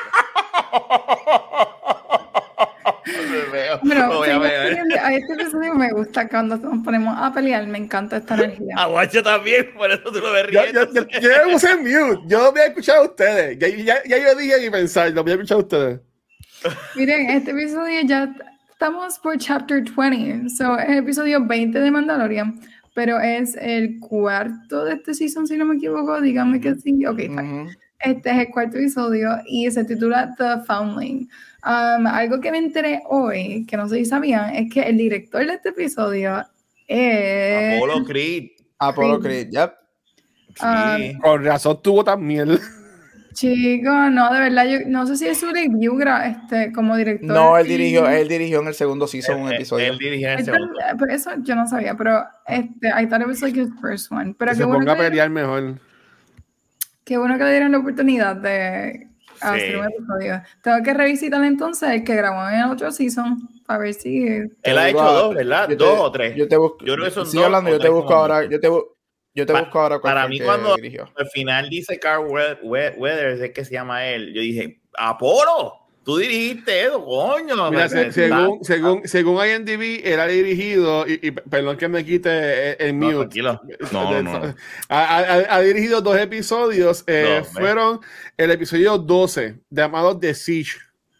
Bueno, voy a, ver. A este episodio me gusta cuando nos ponemos a pelear, me encanta esta energía. A Guacho también, por eso tú lo ves riendo. Yo, yo, yo, yo me puse en mute, yo lo voy a escuchar a ustedes. Ya, ya, ya yo dije y pensar, lo voy a escuchar a ustedes. Miren, este episodio ya estamos por chapter veinte, so, es el episodio veinte de Mandalorian, pero es el cuarto de este season, si no me equivoco, díganme que sí. Ok, fine. Uh-huh. Este es el cuarto episodio y se titula The Foundling. Um, algo que me enteré hoy, que no sé si sabían, es que el director de este episodio es... Apollo Creed. Apollo Creed, yep. Sí. Um, Con razón tuvo tan miel. Chico, no, de verdad, yo no sé si es su debut este, como director. No, él dirigió, él dirigió en el segundo season él, un episodio. Él, él dirigió en el este, segundo. Pero eso yo no sabía, pero este, I thought it was like his first one. Pero que se bueno ponga que, a pelear mejor. Qué bueno que le dieron la oportunidad de hacer sí. un episodio. Tengo que revisitar entonces el que grabó en el otro season para ver si... Él ha hecho dos, ¿verdad? Te, dos o tres. Yo te busco. Yo creo que son sigue dos. hablando, yo te busco ahora. Yo te, Yo te busco ahora cuál para mí cuando dirigió. Al final dice Carl Weathers, es que se llama él. Yo dije, Apolo, tú dirigiste eso, coño. Mira, se, según, según, según I M D B, él ha dirigido, y, y perdón que me quite el, el no, mute. No, no, no. Ha, ha, ha dirigido dos episodios. Eh, no, fueron el episodio doce, llamado The Siege.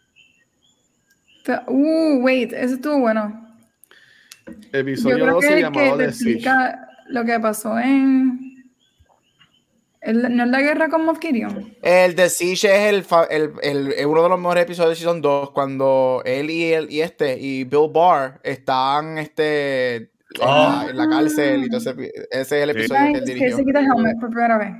Uh, wait, ese estuvo bueno. Episodio doce llamado The Siege. Lo que pasó en... El, ¿No es la guerra con Moff Gideon? El The Siege es el, el, el, el, uno de los mejores episodios de Season dos, cuando él y, él y este, y Bill Barr están este, en, oh. la, en la cárcel. Y entonces, ese es el episodio sí. que él dirigió. ¿Que se quita el helmet por primera vez?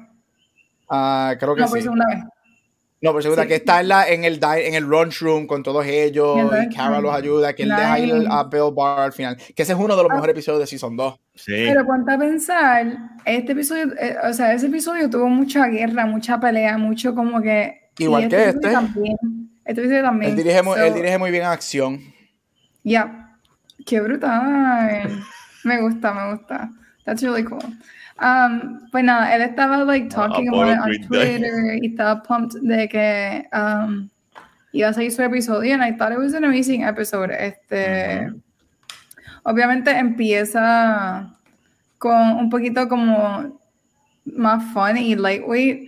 Uh, creo que no, sí. por segunda vez. No, por segunda, sí. que está en, la, en, el, en el lunch room con todos ellos, y Cara los ayuda, que él nice. deja ir a Bill Barr al final. Que ese es uno de los ah. mejores episodios de Season dos. Sí. Pero ponte a pensar, este episodio, eh, o sea, ese episodio tuvo mucha guerra, mucha pelea, mucho como que... Igual que este. También, este episodio también. Él dirige, so, él dirige muy bien acción. Ya. Yeah. Qué brutal. Me gusta, me gusta. That's really cool. Um, pues nada, él estaba like talking oh, about it on Twitter y estaba pumped de que um, iba a seguir su episodio, and I thought it was an amazing episode. Este, uh-huh. Obviamente empieza con un poquito como más fun y lightweight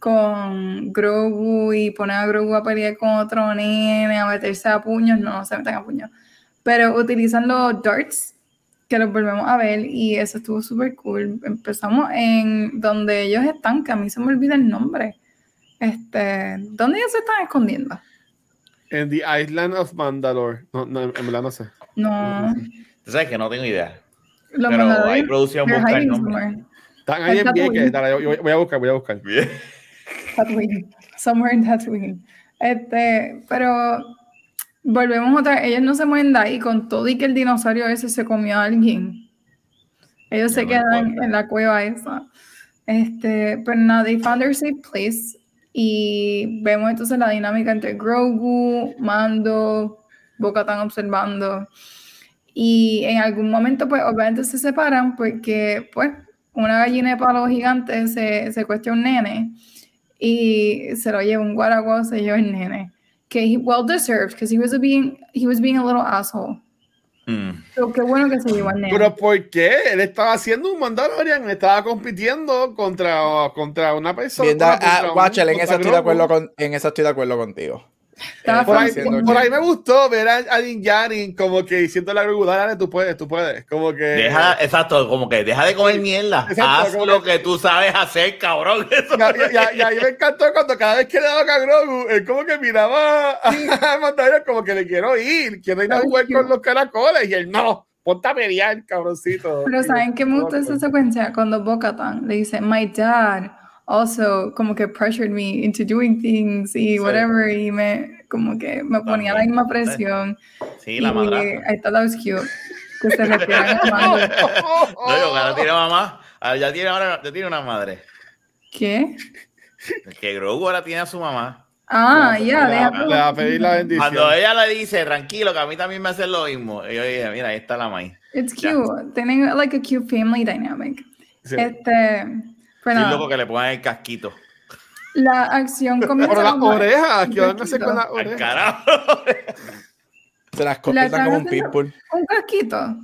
con Grogu y poner a Grogu a pelear con otro nene, a meterse a puños, no, no se meten a puños, pero utilizan los darts que los volvemos a ver y eso estuvo súper cool. Empezamos en donde ellos están, que a mí se me olvida el nombre. Este, ¿dónde ellos se están escondiendo? En the Island of Mandalore. No, no, en verdad no sé. No. Tú sabes que no tengo idea. Los pero hay producción busca el nombre. Están ahí en Vieques. Voy a buscar, voy a buscar. Tatooine. Somewhere in Tatooine. Este, pero volvemos otra vez, ellos no se mueven de ahí con todo y que el dinosaurio ese se comió a alguien. Ellos no se quedan importa. En la cueva esa. Este, pero nada, they found their safe place y vemos entonces la dinámica entre Grogu, Mando, Bo-Katan observando y en algún momento pues obviamente se separan porque pues una gallina de palo gigante se secuestra a un nene y se lo lleva un guaraguao, se lleva el nene. Que he well deserved because he was a being he was being a little asshole. Mm. So qué bueno que se llevó al nene. Pero ¿por qué? Él estaba haciendo un Mandalorian, estaba compitiendo contra, contra una persona. Bien, uh, Watcher, en eso estoy de acuerdo con, en eso estoy de acuerdo contigo. Eh, por, ahí, por, por ahí me gustó ver a, a Din Djarin como que diciendo la Grogu, dale, tú puedes, tú puedes, como que deja, exacto, como que deja de comer mierda, exacto, haz lo que, que tú sabes hacer, cabrón. Eso y, y, y a mí me encantó cuando cada vez que le daba a Grogu, él como que miraba a, a Mandalorian como que le quiero ir, quiero ir a jugar con los caracoles, y él no, ponte a pelear, cabroncito. Pero ¿saben qué me gustó esa secuencia? Cuando Bo-Katan le dice, my dad also como que pressured me into doing things y sí. whatever, y me como que me ponía También. la misma presión. Sí, la madre. Ahí está, that was cute. Que se refieran a Mando. No, yo, ahora tiene mamá, ya tiene, ahora ya tiene una madre. ¿Qué? Que Grogu ahora tiene a su mamá. Ah, ya, yeah, le, le va a pedir la bendición. Cuando ella le dice, tranquilo, que a mí también me hace lo mismo. Y yo dije, mira, ahí está la maíz. It's cute. Ya. Tienen like a cute family dynamic. Sí. Este... Pero sí, loco que le pongan el casquito. La acción comienza por las orejas, ¿qué van a hacer con las orejas? Carajo. Se las cortan como un pitbull. Un casquito.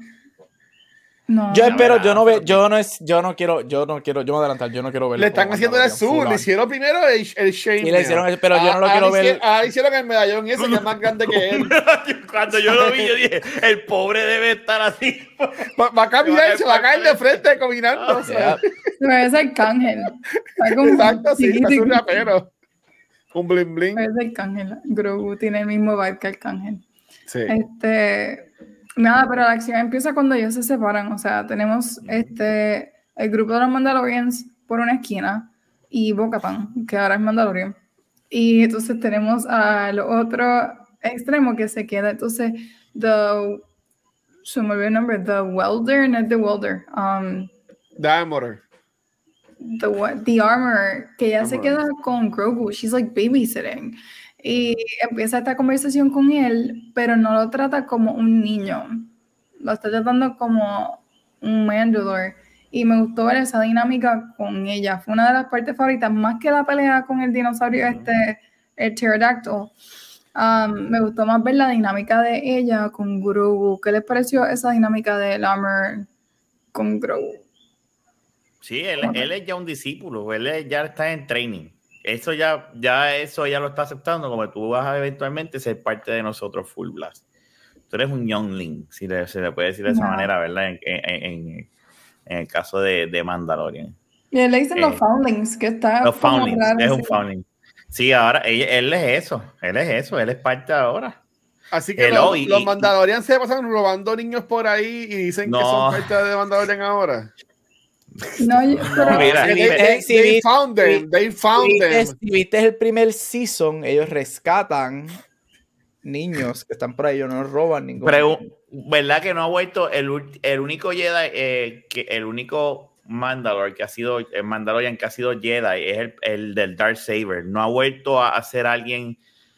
No. Yo espero, yo no ve, yo no es, yo no quiero, yo no quiero, yo me voy a adelantar, yo no quiero verlo. Le están haciendo el sur, le hicieron primero el, el Shane. Sí, le hicieron el, pero yo no lo quiero ver. Ah, hicieron el medallón ese que es más grande que él. Cuando yo lo vi, yo dije, el pobre debe estar así. Va, va a caminar y se va a caer de frente caminando. O sea. Es Arcángel. Exacto, sí, es un rapero. Un bling bling. Es Arcángel. Grogu tiene el mismo vibe que Arcángel. Sí. Este... Nada, pero la acción empieza cuando ellos se separan. O sea, tenemos este el grupo de los Mandalorians por una esquina y Bo-Katan, que ahora es Mandalorian. Y entonces tenemos al otro extremo que se queda. Entonces, the, se me olvidó el nombre, The Welder, no es The Welder. Um, the Armorer. The, the Armorer, que ya Armorer. Se queda con Grogu. She's like babysitting. Y empieza esta conversación con él, pero no lo trata como un niño. Lo está tratando como un Mandalore. y me gustó ver esa dinámica con ella. Fue una de las partes favoritas, más que la pelea con el dinosaurio este, el Pterodactyl. Um, me gustó más ver la dinámica de ella con Grogu. ¿Qué les pareció esa dinámica de Lammer con Grogu? Sí, él, él es ya un discípulo, él es, ya está en training. Eso ya, ya eso ya lo está aceptando, como tú vas a eventualmente ser parte de nosotros Full Blast. Tú eres un youngling, si le, se le puede decir de esa no. manera, ¿verdad? En, en, en, en el caso de, de Mandalorian. Y él le dicen eh, los Foundlings, que está los Foundlings, raro, es un sí. Foundling. Sí, ahora él, él es eso, él es eso, él es parte ahora. Así que los, y, los Mandalorian se pasan robando niños por ahí y dicen no. que son parte de Mandalorian ahora. No, yo, pero no, mira, they, si they, they, si they found them, they found si them. Si viste el primer season, ellos rescatan niños que están por ahí, ellos no roban ningún. Pero, ¿verdad que no ha vuelto el, el único Jedi, eh, que el único Mandalor que ha sido, el Mandalorian que ha sido Jedi es el, el del Darksaber? No ha vuelto a, a ser alguien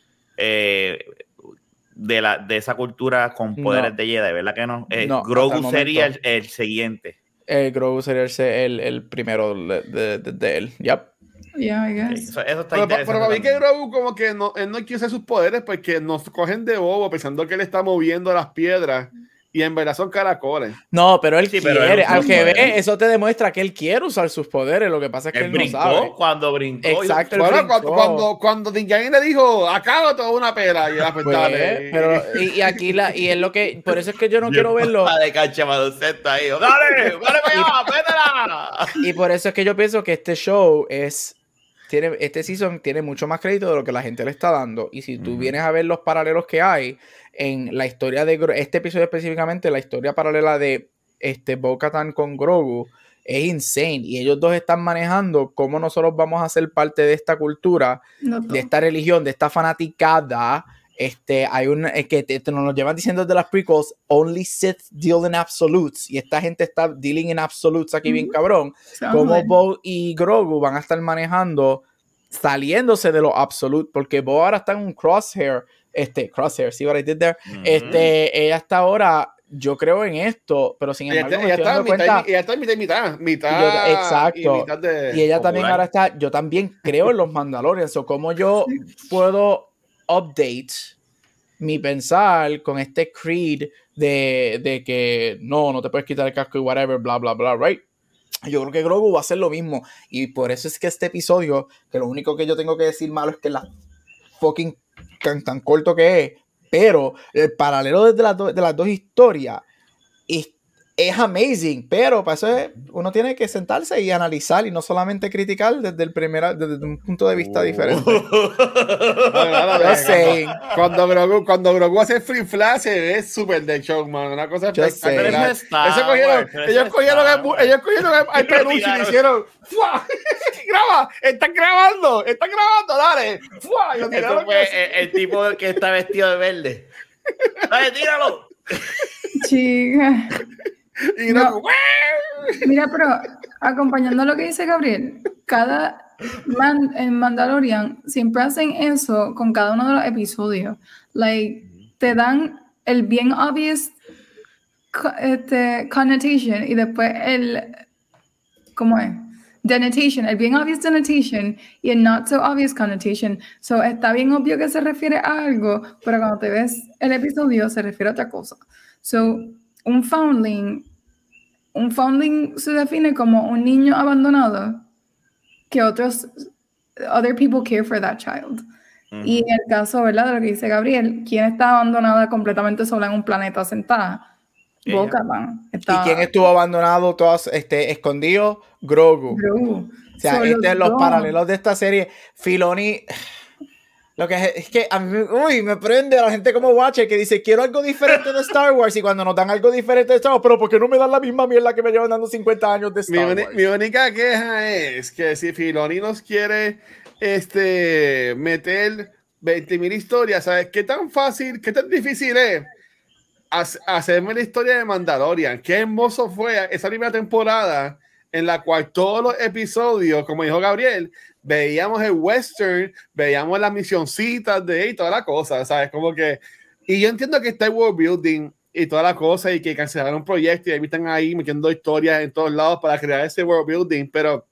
eh, de, la, de esa cultura con poderes no. de Jedi, ¿verdad que no? Eh, no Grogu sería el, el siguiente. El Grogu sería el, el primero de, de, de, de él. Yep. Yeah, I guess. Eso, eso está pero, interesante. Pero para mí que Grogu como que no, él no quiere usar sus poderes porque nos cogen de bobo pensando que él está moviendo las piedras y en verdad son caracoles. No, pero él sí, quiere. Pero él al que ve, eso te demuestra que él quiere usar sus poderes. Lo que pasa es que él, él brincó no sabe. cuando brincó. Exacto. Bueno, cuando, cuando, cuando Din Djarin le dijo, acaba toda una pera. Y, pues, pues, pero, y, y aquí la, y es lo que, por eso es que yo no yo quiero verlo. De cancha baloncesto ahí. ¡Dale! ¡Dale para allá! ¡Vétela! Y por eso es que yo pienso que este show es. Tiene, este season tiene mucho más crédito de lo que la gente le está dando. Y si tú uh-huh. vienes a ver los paralelos que hay en la historia de este episodio específicamente, la historia paralela de este Bo-Katan con Grogu es insane. Y ellos dos están manejando cómo nosotros vamos a ser parte de esta cultura, no, no. de esta religión, de esta fanaticada. Este, hay un es que te, te nos lo llevan diciendo desde las prequels, only Sith deal in absolutes, y esta gente está dealing in absolutes aquí mm-hmm. bien cabrón. So como good. Bo y Grogu van a estar manejando saliéndose de lo absolute, porque Bo ahora está en un crosshair, este, crosshair, see what I did there, mm-hmm. este, ella está ahora, yo creo en esto, pero sin embargo ella, ella, está, mitad, cuenta, ella está en mitad, mitad, mitad yo, exacto, y, mitad de y ella popular. También ahora está, yo también creo en los Mandalorians, o como yo puedo update mi pensar con este creed de, de que no, no te puedes quitar el casco y whatever, bla, bla, bla, right? Yo creo que Grogu va a hacer lo mismo, y por eso es que este episodio, que lo único que yo tengo que decir malo es que la fucking tan, tan corto que es, pero el paralelo desde las, do, de las dos historias es, es amazing, pero para eso es, uno tiene que sentarse y analizar y no solamente criticar desde el primer, desde un punto de vista diferente. no, no, no, sé. Cuando Grogu, cuando Grogu hace free flash se ve súper de show, man, una cosa espectacular. Eso cogieron, ellos cogieron el, ellos cogieron el peluche y le hicieron graba, están grabando, están grabando, dale. Eso fue el, el tipo que está vestido de verde. Dale, tíralo. Chica. Y no, mira, pero acompañando lo que dice Gabriel, cada man, en Mandalorian siempre hacen eso con cada uno de los episodios. Like, te dan el bien obvious este, connotation y después el, ¿cómo es? Denotation, el bien obvious denotation y el not so obvious connotation. So, está bien obvio que se refiere a algo, pero cuando te ves el episodio se refiere a otra cosa. So, un foundling, un foundling se define como un niño abandonado que otros, other people care for that child. Uh-huh. Y en el caso, ¿verdad? De lo que dice Gabriel, ¿quién está abandonada completamente sola en un planeta sentada? Bo-Katan. ¿Y quién estuvo abandonado, todos este, escondido? Grogu. Grogu. O sea, so, este, los, los paralelos de esta serie, Filoni... Lo que es, es que a mí, uy, me prende a la gente como Watcher que dice, quiero algo diferente de Star Wars, y cuando nos dan algo diferente de Star Wars, pero ¿por qué no me dan la misma mierda que me llevan dando cincuenta años de Star mi, Wars? Mi única queja es que si Filoni nos quiere este, meter veinte mil historias, ¿sabes? ¿Qué tan fácil, qué tan difícil es hacerme la historia de Mandalorian? Qué hermoso fue esa primera temporada en la cual todos los episodios, como dijo Gabriel, veíamos el western, veíamos las misioncitas de y toda la cosa, ¿sabes? Como que, y yo entiendo que está el world building y toda la cosa, y que cancelaron un proyecto, y ahí están ahí metiendo historias en todos lados para crear ese world building, pero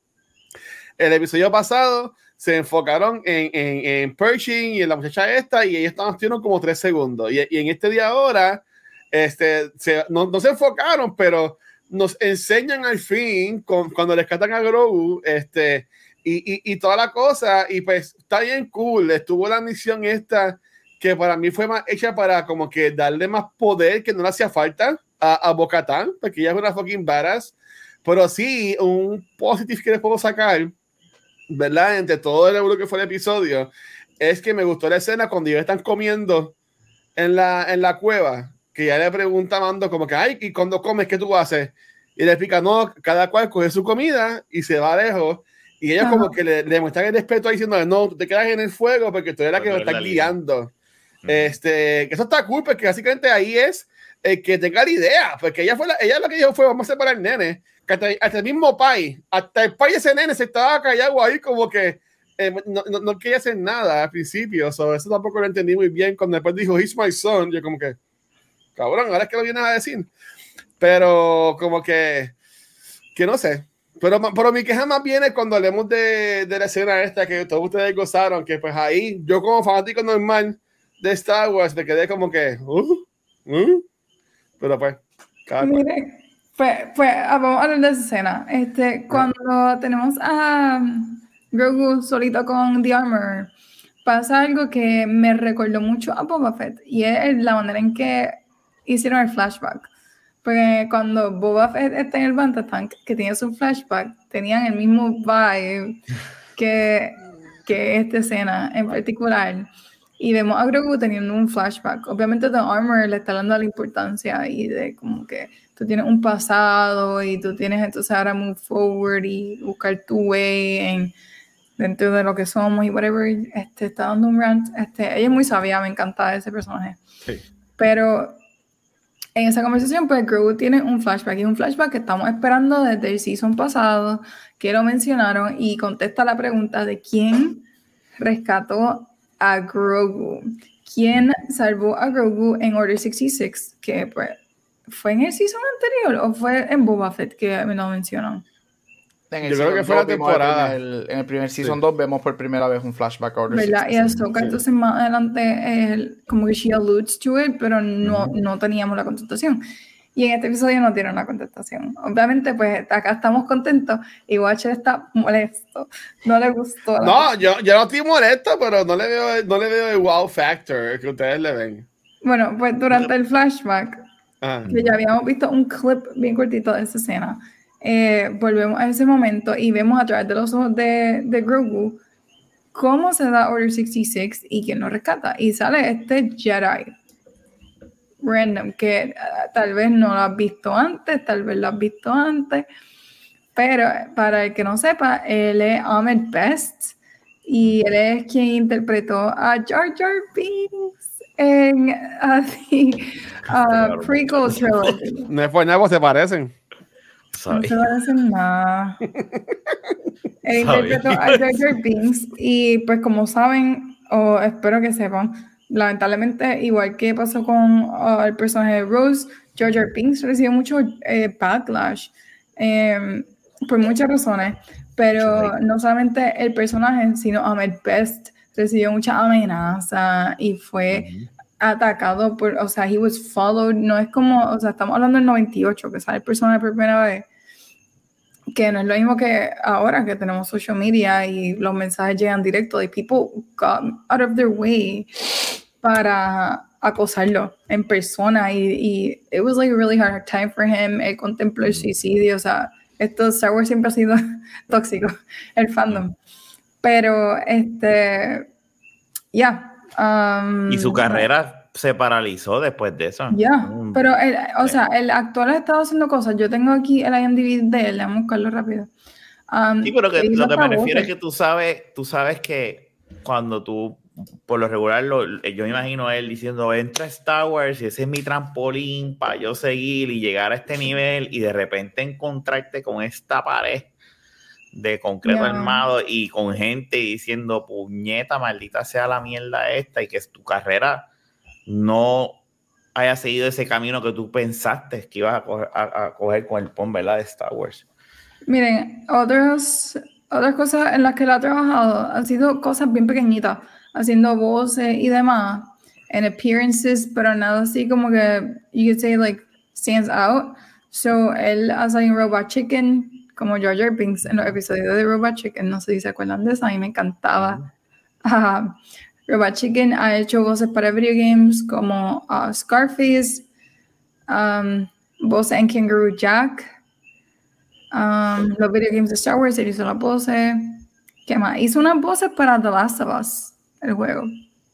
el episodio pasado se enfocaron en, en, en Pershing y en la muchacha esta, y ellos estuvieron como tres segundos, y, y en este día ahora este, se, no, no se enfocaron, pero nos enseñan al fin con, cuando rescatan a Grogu este, y, y, y toda la cosa, y pues está bien cool. Estuvo la misión esta que para mí fue más hecha para como que darle más poder que no le hacía falta a, a Bo-Katan, porque ella es una fucking badass, pero sí, un positive que les puedo sacar, ¿verdad? Entre todo el que fue el episodio, es que me gustó la escena cuando ellos están comiendo en la, en la cueva, que ya le pregunta a Mando como que, ay, ¿y cuando comes qué tú haces? Y le explica, no, cada cual coge su comida y se va lejos, y ellos Ajá. como que le, le muestran el respeto diciendo, no, tú te quedas en el fuego porque tú eres la que nos está guiando. Uh-huh. Este, que eso está cool, porque básicamente ahí es el que tenga la idea, porque ella fue la, ella lo que dijo fue, vamos a separar el nene, que hasta, hasta el mismo pai, hasta el pai de ese nene se estaba callado ahí como que eh, no, no, no quería hacer nada al principio, so, eso tampoco lo entendí muy bien, cuando después dijo, he's my son, yo como que cabrón, ahora es que lo vienes a decir, pero como que que no sé, pero, pero mi queja más viene cuando hablemos de, de la escena esta que todos ustedes gozaron, que pues ahí yo como fanático normal de Star Wars me quedé como que uh, uh, pero pues mire, pues, pues vamos a hablar de esa escena este, cuando tenemos a Grogu solito con The Armor, pasa algo que me recordó mucho a Boba Fett, y es la manera en que hicieron el flashback. Porque cuando Boba Fett está en el Banta Tank, que tiene su flashback, tenían el mismo vibe que, que esta escena en particular. Y vemos a Grogu teniendo un flashback. Obviamente The Armor le está dando la importancia y de como que tú tienes un pasado y tú tienes entonces ahora move forward y buscar tu way en, dentro de lo que somos y whatever. Este, está dando un rant. Este, ella es muy sabia, me encanta ese personaje. Sí. Pero en esa conversación, pues Grogu tiene un flashback, y un flashback que estamos esperando desde el season pasado, que lo mencionaron, y contesta la pregunta de quién rescató a Grogu, quién salvó a Grogu en Order sesenta y seis, que pues fue en el season anterior o fue en Boba Fett que me lo mencionan. En el Yo creo que fue la temporada. El primer, en el primer Season sí. dos vemos por primera vez un flashback a Order ¿verdad? Y Ahsoka, sí. entonces más adelante, el, como que she alludes to it, pero no, uh-huh. no teníamos la contestación. Y en este episodio no tiene una contestación. Obviamente, pues acá estamos contentos y Watcher está molesto. No le gustó. No, yo, yo no estoy molesto, pero no le veo, no le veo el wow factor que ustedes le ven. Bueno, pues durante el flashback, uh-huh. que ya habíamos visto un clip bien cortito de esa escena, Eh, volvemos a ese momento y vemos a través de los ojos de, de Grogu cómo se da Order sesenta y seis y quién lo rescata, y sale este Jedi random que uh, tal vez no lo has visto antes, tal vez lo has visto antes, pero para el que no sepa, él es Ahmed Best y él es quien interpretó a Jar Jar Binks en uh, the uh, prequel trilogy. No es por nada, se parecen. No se parecen nada. Él interpretó a Jar Jar Binks y pues como saben, o espero que sepan, lamentablemente igual que pasó con uh, el personaje de Rose, Jar Jar Binks recibió mucho eh, backlash eh, por muchas razones, pero no solamente el personaje, sino Ahmed Best recibió mucha amenaza y fue uh-huh. atacado por, o sea, he was followed, no es como, o sea, estamos hablando del noventa y ocho, que sale el personaje por primera vez, que no es lo mismo que ahora que tenemos social media y los mensajes llegan directo, de people got out of their way para acosarlo en persona, y, y it was like a really hard time for him. Él contempló el suicidio, o sea, esto Star Wars siempre ha sido tóxico, el fandom, pero este, ya. Yeah, um, y su carrera se paralizó después de eso. Ya, yeah, mm, pero el, o sea, el actor ha estado haciendo cosas. Yo tengo aquí el I M D B de él, vamos a buscarlo rápido. Um, sí, pero que, lo que me refiero es que tú sabes, tú sabes que cuando tú, por lo regular, lo, yo me imagino a él diciendo, entra a Star Wars y ese es mi trampolín para yo seguir y llegar a este nivel, y de repente encontrarte con esta pared de concreto yeah. armado y con gente diciendo, puñeta, maldita sea la mierda esta, y que tu carrera no haya seguido ese camino que tú pensaste que ibas a coger, a, a coger con el P O M, ¿verdad? De Star Wars. Miren, otros, otras cosas en las que él ha trabajado han sido cosas bien pequeñitas, haciendo voces y demás, en appearances, pero nada así como que, you could say, like, stands out. So, él ha salido en Robot Chicken, como Jar Jar Binks en los episodios de Robot Chicken, no sé si se acuerdan de eso, a mí me encantaba. Uh, Robot Chicken ha hecho voces para video games como uh, Scarface, um, voces en Kangaroo Jack, um, los video games de Star Wars, él hizo las voces. ¿Qué más? Hizo unas voces para The Last of Us, el juego.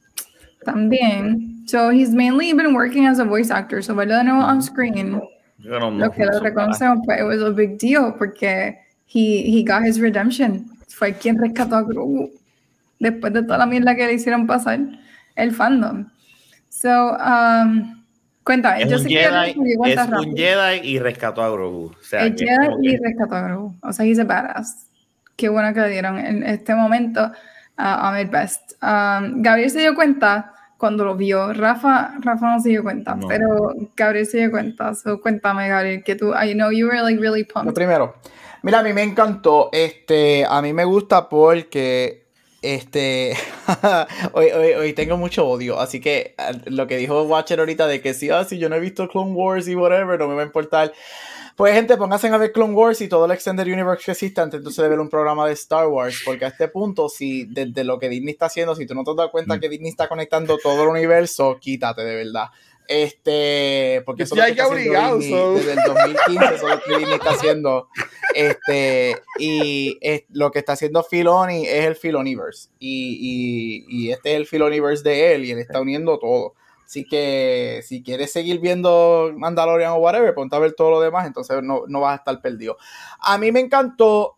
También. So he's mainly been working as a voice actor, so verlo de nuevo on screen. Yo no, Lo que lo reconocemos, pues it was a big deal porque he, he got his redemption. Fue quien rescató a Grogu después de toda la mierda que le hicieron pasar el fandom. So, um, cuéntame. Es, yo un, sé Jedi, que es un Jedi y rescató a Grogu. O sea, el que Jedi que... y rescató a Grogu. O sea, he's a badass. Qué bueno que le dieron en este momento a Ahmed Best. Um, Gabriel se dio cuenta cuando lo vio. Rafa, Rafa no se dio cuenta, no. Pero Gabriel se dio cuenta. So, cuéntame, Gabriel, que tú, I know you were like really pumped. Lo primero, mira, a mí me encantó. Este, a mí me gusta porque este, hoy, hoy, hoy tengo mucho odio, así que lo que dijo Watcher ahorita de que si, ah, si yo no he visto Clone Wars y whatever, no me va a importar. Pues gente, pónganse a ver Clone Wars y todo el Extended Universe que existe antes entonces de ver un programa de Star Wars, porque a este punto, si desde lo que Disney está haciendo, si tú no te das cuenta mm. que Disney está conectando todo el universo, quítate de verdad. Este, porque eso ya es lo que está obligado, Disney, so. desde el dos mil quince, eso es lo que Disney está haciendo. Este, y es, lo que está haciendo Filoni es el Filoniverse. Y, y, y este es el Filoniverse de él, y él está uniendo todo. Así que si quieres seguir viendo Mandalorian o whatever, ponte a ver todo lo demás, entonces no, no vas a estar perdido. A mí me encantó,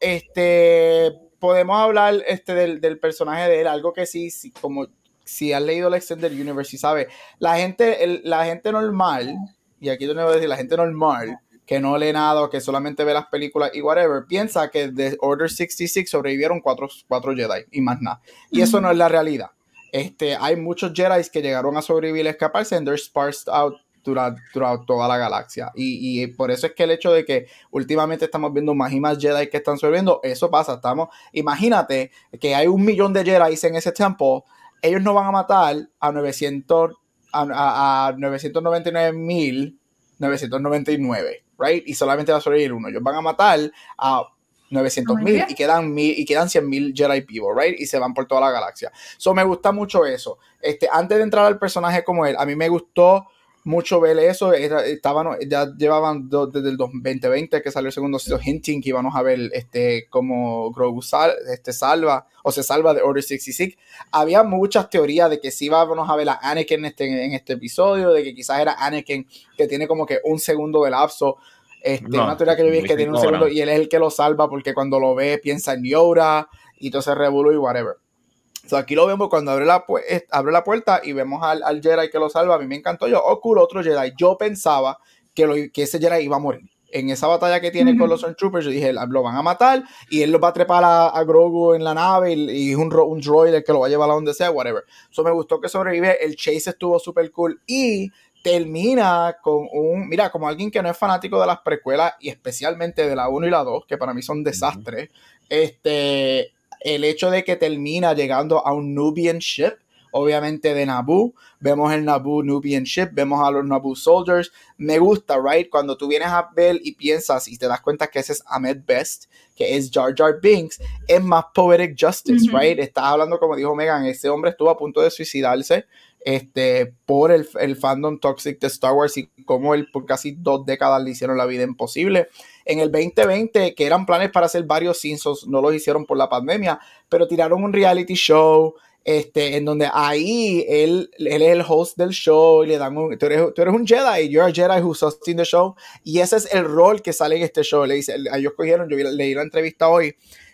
este, podemos hablar este, del, del personaje de él, algo que sí, sí como si has leído el Extended Universe y sabes, la gente, el, la gente normal, y aquí te voy a decir, la gente normal, que no lee nada o que solamente ve las películas y whatever, piensa que de Order sesenta y seis sobrevivieron cuatro, cuatro Jedi y más nada. Y eso no es la realidad. Este, hay muchos Jedi que llegaron a sobrevivir y escaparse and they're sparsed out durante, durante toda la galaxia y, y por eso es que el hecho de que últimamente estamos viendo más y más Jedi que están sobreviviendo, eso pasa, estamos, imagínate que hay un millón de Jedi en ese tiempo, ellos no van a matar a novecientos a, a, a novecientos noventa y nueve mil novecientos noventa y nueve, right, y solamente va a sobrevivir uno, ellos van a matar a novecientos mil y quedan mil y quedan cien mil Jedi vivos, right? Y se van por toda la galaxia. So me gusta mucho eso. Este, antes de entrar al personaje como él, a mí me gustó mucho ver eso. Era, estaban, ya llevaban do, desde el veinte veinte que salió el segundo sitio hinting que íbamos a ver este, como Grogu sal, este, salva o se salva de Order sesenta y seis. Había muchas teorías de que sí íbamos a ver a Anakin en este, en este episodio, de que quizás era Anakin que tiene como que un segundo de lapso. Este, no, una teoría que yo vi es que tiene un no, segundo no. y él es el que lo salva porque cuando lo ve piensa en Yoda y entonces revuelo y whatever. So, aquí lo vemos cuando abre la, pu- abre la puerta y vemos al, al Jedi que lo salva. A mí me encantó. Yo, oh cool, otro Jedi. Yo pensaba que, lo, que ese Jedi iba a morir. En esa batalla que tiene mm-hmm. con los Stormtroopers, yo dije, lo van a matar y él lo va a trepar a, a Grogu en la nave y es un, un droid el que lo va a llevar a donde sea, whatever. So, me gustó que sobrevive. El chase estuvo súper cool y termina con un, mira, como alguien que no es fanático de las precuelas y especialmente de la uno y la dos, que para mí son desastres, mm-hmm. este, el hecho de que termina llegando a un Nubian ship, obviamente de Naboo, vemos el Naboo Nubian ship, vemos a los Naboo soldiers, me gusta, right, cuando tú vienes a ver y piensas y te das cuenta que ese es Ahmed Best, que es Jar Jar Binks, es más poetic justice, mm-hmm. right, estás hablando como dijo Megan, ese hombre estuvo a punto de suicidarse, Este, por el, el fandom toxic de Star Wars y como él por casi dos décadas le hicieron la vida imposible. En el veinte veinte, que eran planes para hacer varios Simpsons, no los hicieron por la pandemia, pero tiraron un reality show este, en donde ahí él, él es el host del show y le dan un, tú eres, tú eres un Jedi, you're a Jedi who's hosting the show, y ese es el rol que sale en este show. Le dice, a ellos cogieron, yo leí la entrevista hoy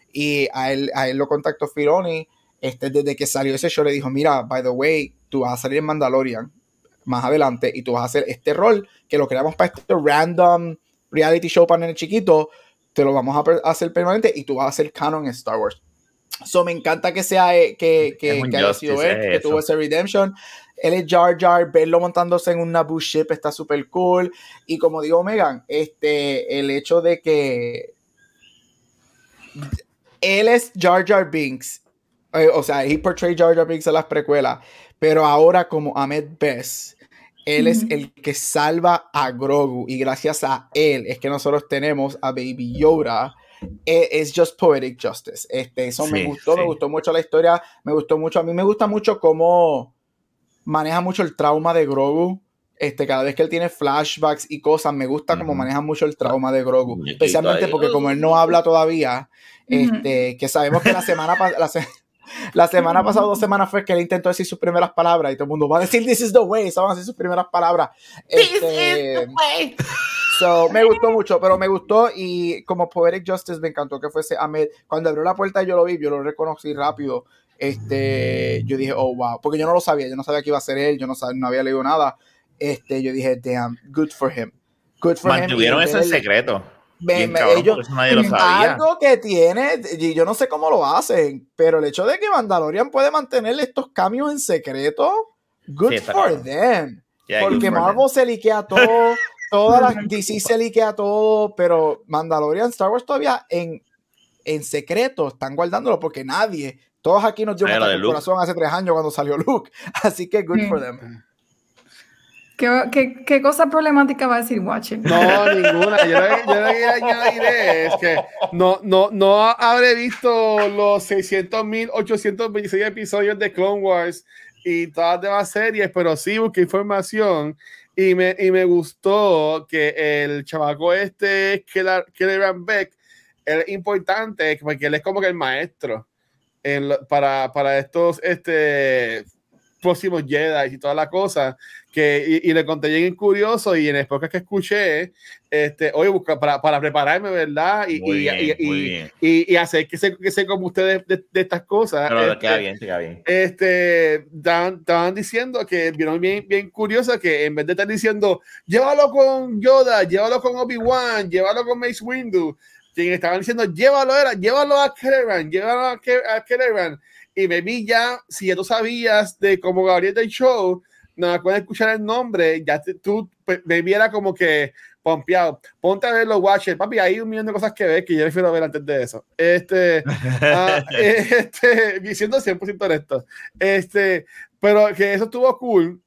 y a él, a él lo contactó Filoni. Este, desde que salió ese show le dijo, mira, by the way, tú vas a salir en Mandalorian más adelante y tú vas a hacer este rol que lo creamos para este random reality show para el chiquito, te lo vamos a hacer permanente y tú vas a hacer canon en Star Wars. So me encanta que sea que, que, que haya sido él, que tuvo ese redemption. Él es Jar Jar, verlo montándose en un Naboo ship está súper cool. Y como digo Megan, este, el hecho de que él es Jar Jar Binks, eh, o sea, he portrayed Jar Jar Binks en las precuelas, pero ahora como Ahmed Best, él mm-hmm. es el que salva a Grogu y gracias a él es que nosotros tenemos a Baby Yoda. Es just poetic justice. Este, eso sí, me gustó, sí. me gustó mucho la historia, me gustó mucho. A mí me gusta mucho cómo maneja mucho el trauma de Grogu. Este, cada vez que él tiene flashbacks y cosas, me gusta uh-huh. cómo maneja mucho el trauma de Grogu. Uh-huh. Especialmente porque como él no habla todavía, uh-huh. este, que sabemos que la semana pasada, la, se- la semana pasada, dos semanas fue que él intentó decir sus primeras palabras y todo el mundo va a decir this is the way, eso van a decir sus primeras palabras. This este, is the way. So, me gustó mucho, pero me gustó y como Poetic Justice me encantó que fuese Ahmed. Cuando abrió la puerta y yo lo vi, yo lo reconocí rápido. Este, yo dije, oh wow, porque yo no lo sabía, yo no sabía que iba a ser él, yo no sabía, no había leído nada. Este, yo dije, damn, good for him. Good for Mantuvieron him. eso en secreto. Me, me, cabrón, ellos, nadie lo sabía. Algo que tiene, y yo no sé cómo lo hacen, pero el hecho de que Mandalorian puede mantener estos cambios en secreto, good sí, for claro. them. Yeah, porque Marvel them. se liquea todo. Todas las D C se liquea todo, pero Mandalorian, Star Wars todavía en, en secreto están guardándolo porque nadie, todos aquí nos dio el corazón hace tres años cuando salió Luke, así que good sí. for them. ¿Qué, qué, ¿Qué cosa problemática va a decir Watcher? No, ninguna. Yo lo, yo lo que añadiré es que no, no, no habré visto los seiscientos mil ochocientos veintiséis episodios de Clone Wars y todas las demás series, pero sí busqué información. Y me, y me gustó que el chavaco este, Kelleran Beck, es importante porque él es como que el maestro en lo, para, para estos este, próximos Jedi y toda la cosa. Que, y, y le conté bien curioso y en el podcast que escuché, este, oye, busca, para, para prepararme, ¿verdad? Y, y, bien, y, y, y, y hacer que sé, que sé como ustedes de, de estas cosas. Pero este, queda bien, queda bien. Este, estaban diciendo que vieron bien, bien curioso que en vez de estar diciendo, llévalo con Yoda, llévalo con Obi-Wan, llévalo con Mace Windu, quien estaban diciendo, llévalo, era, llévalo a Kelleran, llévalo a, Ke- a Kelleran. Y me vi ya, si ya tú sabías de como Gabriel del show, nada, cuando escuchar el nombre, ya te, tú me viera como que pompeado. Ponte a ver los Watchers, papi, hay un millón de cosas que ver que yo prefiero ver antes de eso. Este, uh, este, diciendo cien por ciento honesto. Este, pero que eso estuvo cool.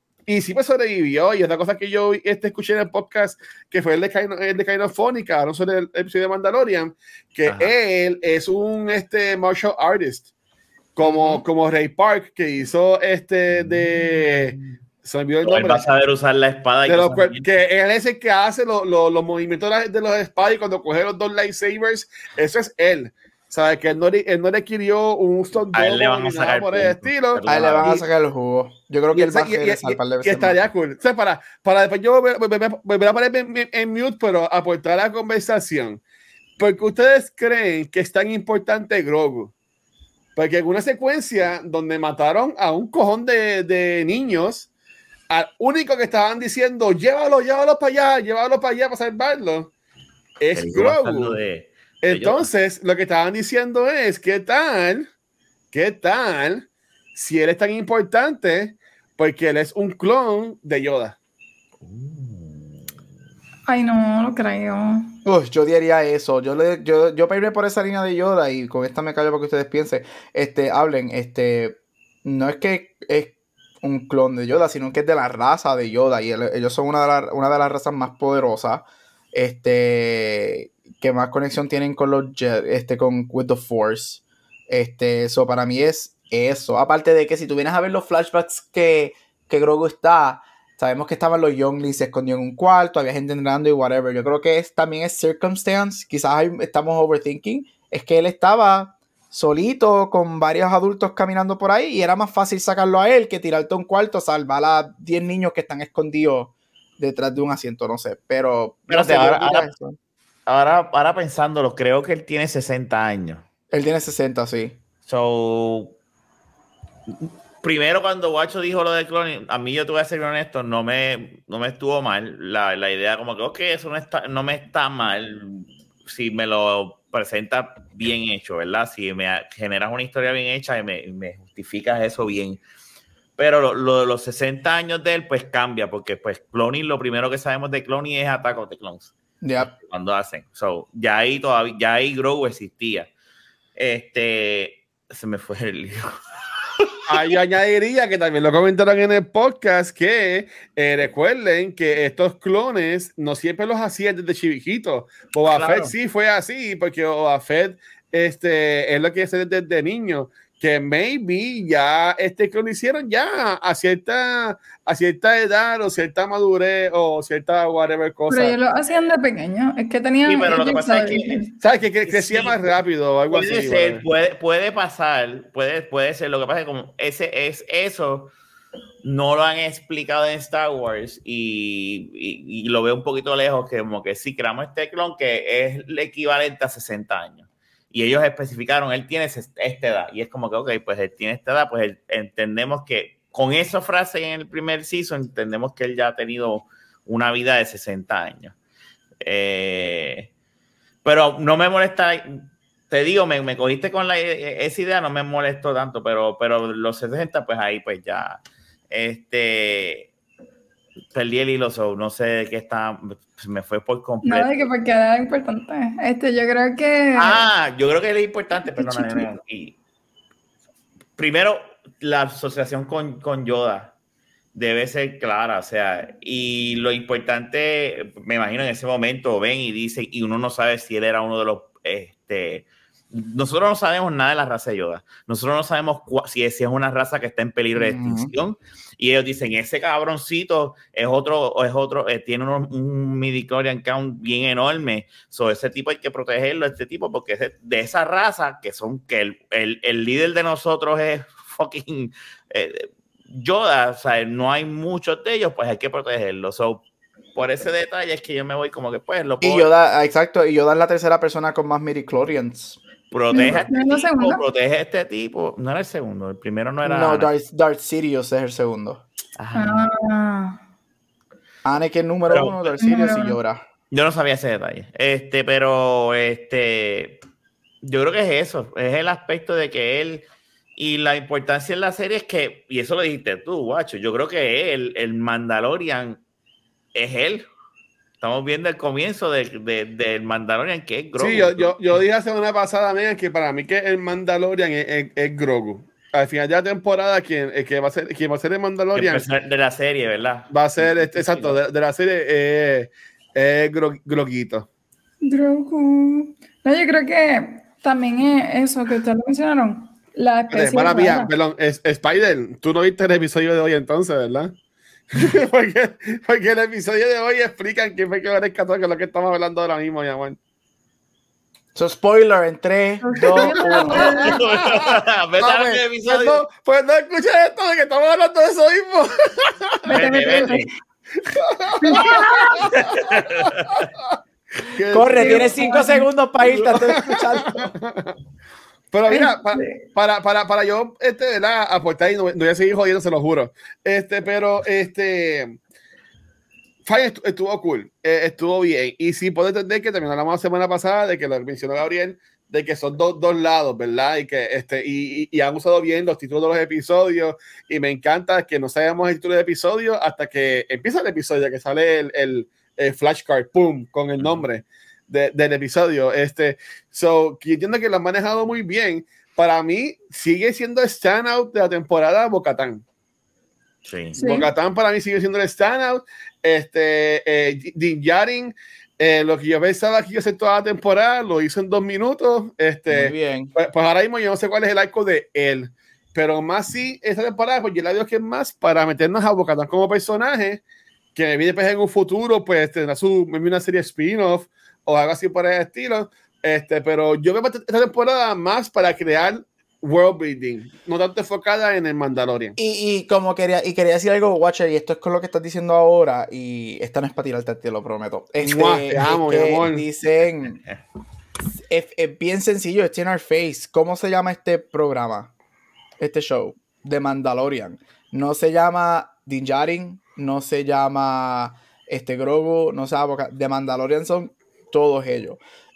Y sí me sobrevivió. Y otra cosa que yo este, escuché en el podcast, que fue el de, Kaino, el de Kainofónica, no sobre el episodio de Mandalorian, que Ajá. él es un este, martial artist. Como, uh-huh. como Ray Park, que hizo este de... Se me olvidó el nombre. Él va a saber usar la espada. Y los, que él es el que hace lo, lo, los movimientos de los espadas y cuando coge los dos lightsabers, eso es él. ¿Sabes? Que él no, él no le adquirió un stunt a él le van a sacar por el estilo. A él le van a sacar el jugo. Yo creo que él va a regresar para el que estaría cool. O sea, para, para después yo volver a ponerme en, en, en mute, pero aportar a la conversación. Porque ustedes creen que es tan importante Grogu. Porque en una secuencia donde mataron a un cojón de, de niños, al único que estaban diciendo, llévalo, llévalo para allá, llévalo para allá para salvarlo, es Grogu. De, de Entonces, yo. Lo que estaban diciendo es, ¿qué tal? ¿Qué tal? Si él es tan importante, porque él es un clon de Yoda. Ay, no, no creo. Uf, yo diría eso. Yo le, yo, yo pediré por esa línea de Yoda y con esta me callo para que ustedes piensen. Este, hablen, este, no es que es un clon de Yoda, sino que es de la raza de Yoda y el, ellos son una de, la, una de las razas más poderosas, este, que más conexión tienen con los Jet, este, con with the Force. Este, eso para mí es eso. Aparte de que si tú vienes a ver los flashbacks que, que Grogu está. Sabemos que estaban los Younglings, se escondió en un cuarto, había gente entrando y whatever. Yo creo que es, también es circumstance. Quizás hay, estamos overthinking. Es que él estaba solito con varios adultos caminando por ahí y era más fácil sacarlo a él que tirarte a un cuarto, salvar a diez niños que están escondidos detrás de un asiento, no sé. Pero, Pero no sé, ahora, ahora, ahora, ahora pensándolo, creo que él tiene sesenta años. Él tiene sesenta, sí. So... Primero, cuando Guacho dijo lo del cloning, a mí yo te voy a ser honesto, no me, no me estuvo mal la, la idea, como que, ok, eso no, está, no me está mal si me lo presenta bien hecho, ¿verdad? Si me generas una historia bien hecha y me, me justificas eso bien. Pero lo, lo, los sesenta años de él, pues cambia, porque pues Cloning, lo primero que sabemos de Cloning es Attack of the Clones. Yep. Cuando hacen. So, ya ahí todavía, ya ahí Grogu existía. Este, se me fue el lío. Ah, yo añadiría que también lo comentaron en el podcast que eh, recuerden que estos clones no siempre los hacían desde chivijitos. Boba Claro. Fett sí fue así, porque Boba Fett este, es lo que hace desde, desde niño. Que maybe ya este clon hicieron ya a cierta, a cierta edad o cierta madurez o cierta whatever cosa. Pero ellos lo hacían de pequeño. Es que tenían. Sí, pero lo que pasa es que ¿sabes? Que, que crecía sí, más rápido o algo puede así. Ser, ¿vale? puede, puede pasar, puede, puede ser. Lo que pasa es que como ese es eso, no lo han explicado en Star Wars y, y, y lo veo un poquito lejos, que como que sí, creamos este clon que es el equivalente a sesenta años. Y ellos especificaron, él tiene esta edad. Y es como que, ok, pues él tiene esta edad, pues él, entendemos que con esa frase en el primer season, entendemos que él ya ha tenido una vida de sesenta años. Eh, pero no me molesta, te digo, me, me cogiste con la, esa idea, no me molestó tanto, pero, pero los sesenta, pues ahí pues ya, este, perdí el hilo, so, no sé de qué está, me fue por completo. Nada, que porque era importante. Este, yo creo que... Ah, yo creo que es importante, perdón. Y primero, la asociación con, con Yoda debe ser clara, o sea, y lo importante, me imagino en ese momento ven y dicen, y uno no sabe si él era uno de los, este, nosotros no sabemos nada de la raza de Yoda, nosotros no sabemos si es, si es una raza que está en peligro de extinción, uh-huh. Y ellos dicen, ese cabroncito es otro, es otro eh, tiene un, un midichlorian count bien enorme, so, ese tipo hay que protegerlo, este tipo, porque es de, de esa raza, que son, que el, el, el líder de nosotros es fucking eh, Yoda, o sea, no hay muchos de ellos, pues hay que protegerlo, so, por ese detalle es que yo me voy como que pues lo puedo... Y Yoda, exacto, y Yoda es la tercera persona con más midichlorians. Protege a este tipo, protege a este tipo. No era el segundo, el primero no era... No, Darth, Darth Sidious es el segundo. Ah. Anakin número pero, uno, Darth Sidious y Yoda. Yo no sabía ese detalle. Este, pero este, yo creo que es eso, es el aspecto de que él... Y la importancia en la serie es que, y eso lo dijiste tú, guacho, yo creo que él, el Mandalorian es él. Estamos viendo el comienzo del de, de Mandalorian, que es Grogu. Sí, yo, yo, yo dije la semana pasada, man, que para mí que el Mandalorian es, es, es Grogu. Al final de la temporada, quien, quien, va, a ser, quien va a ser el Mandalorian... De la serie, ¿verdad? Va a ser, este, exacto, de, de la serie es eh, Gro, Groguito. Grogu. No, yo creo que también es eso que ustedes mencionaron. La especie Mala mía, perdón, es, Spider, tú no viste el episodio de hoy entonces, ¿verdad? porque, porque el episodio de hoy explican quién fue que va a rescatar, que es lo que estamos hablando ahora mismo, mi amor. So, spoiler en tres, dos, uno. Vete a ver el episodio. Pues no, pues no escuches esto de que estamos hablando de eso mismo. Vete, vete, vete. Corre, tienes cinco segundos para irte, estoy escuchando. Pero mira, para, para, para, para yo, este, ¿verdad? Aportar y no, no voy a seguir jodiendo, se lo juro. Este, pero, este, Fine estuvo cool, eh, estuvo bien. Y sí puedo entender que también hablamos la semana pasada de que lo mencionó Gabriel, de que son dos, dos lados, ¿verdad? Y que, este, y, y, y han usado bien los títulos de los episodios. Y me encanta que no sabemos el título de episodio hasta que empieza el episodio, que sale el, el, el flashcard, pum, con el nombre De, del episodio. Este, so, que entiendo que lo han manejado muy bien. Para mí, sigue siendo el standout de la temporada Bo-Katan. Sí. Sí. Bo-Katan para mí sigue siendo el standout. Este, eh, Din Djarin, eh, lo que yo pensaba que iba a hacer toda la temporada, lo hizo en dos minutos. Este, muy bien. Pues, pues ahora mismo yo no sé cuál es el arco de él. Pero más sí, esta temporada, pues yo la digo que es más para meternos a Bo-Katan como personaje, que me viene pues, en un futuro, pues tendrá su, una serie spin-off o algo así por el estilo, este, pero yo veo esta temporada más para crear world building, no tanto enfocada en el Mandalorian. Y, y como quería, y quería decir algo, Watcher, y esto es con lo que estás diciendo ahora, y esta no es para tirarte, te lo prometo. Este, Mua, te amo, es mi amor. Dicen, es, es bien sencillo, it's in our face. ¿Cómo se llama este programa? Este show, de Mandalorian. No se llama Din Djarin, no se llama este Grogu, no se llama, de Mandalorian son todos ellos.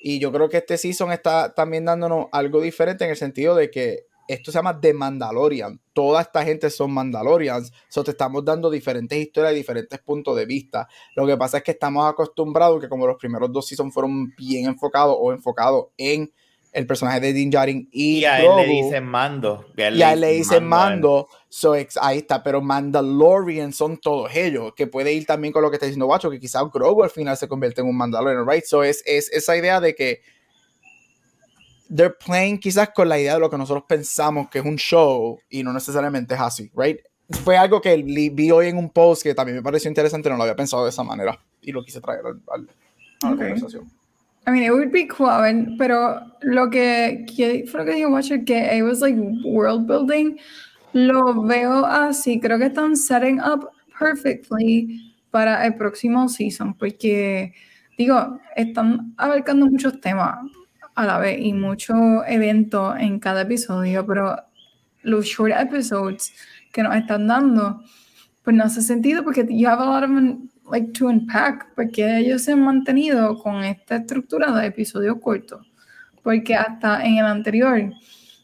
Y yo creo que este season está también dándonos algo diferente en el sentido de que esto se llama The Mandalorian. Toda esta gente son Mandalorians. So te estamos dando diferentes historias y diferentes puntos de vista. Lo que pasa es que estamos acostumbrados que como los primeros dos seasons fueron bien enfocados o enfocados en el personaje de Din Djarin y, y a Grogu, él le dicen mando. Él y a él le dicen mando. mando So ex, ahí está. Pero Mandalorian son todos ellos. Que puede ir también con lo que está diciendo Guacho, que quizás Grogu al final se convierte en un Mandalorian, right? So es, es esa idea de que they're playing quizás con la idea de lo que nosotros pensamos que es un show y no necesariamente es así, right? Fue algo que vi hoy en un post que también me pareció interesante, no lo había pensado de esa manera y lo quise traer al, al, a la okay. conversación. I mean, it would be cool, pero lo que, que fue lo que dijo Watcher, que it was like world building, lo veo así, creo que están setting up perfectly para el próximo season, porque, digo, están abarcando muchos temas a la vez y muchos eventos en cada episodio, pero los short episodes que nos están dando, pues no hace sentido porque you have a lot of like to unpack, porque ellos se han mantenido con esta estructura de episodios cortos, porque hasta en el anterior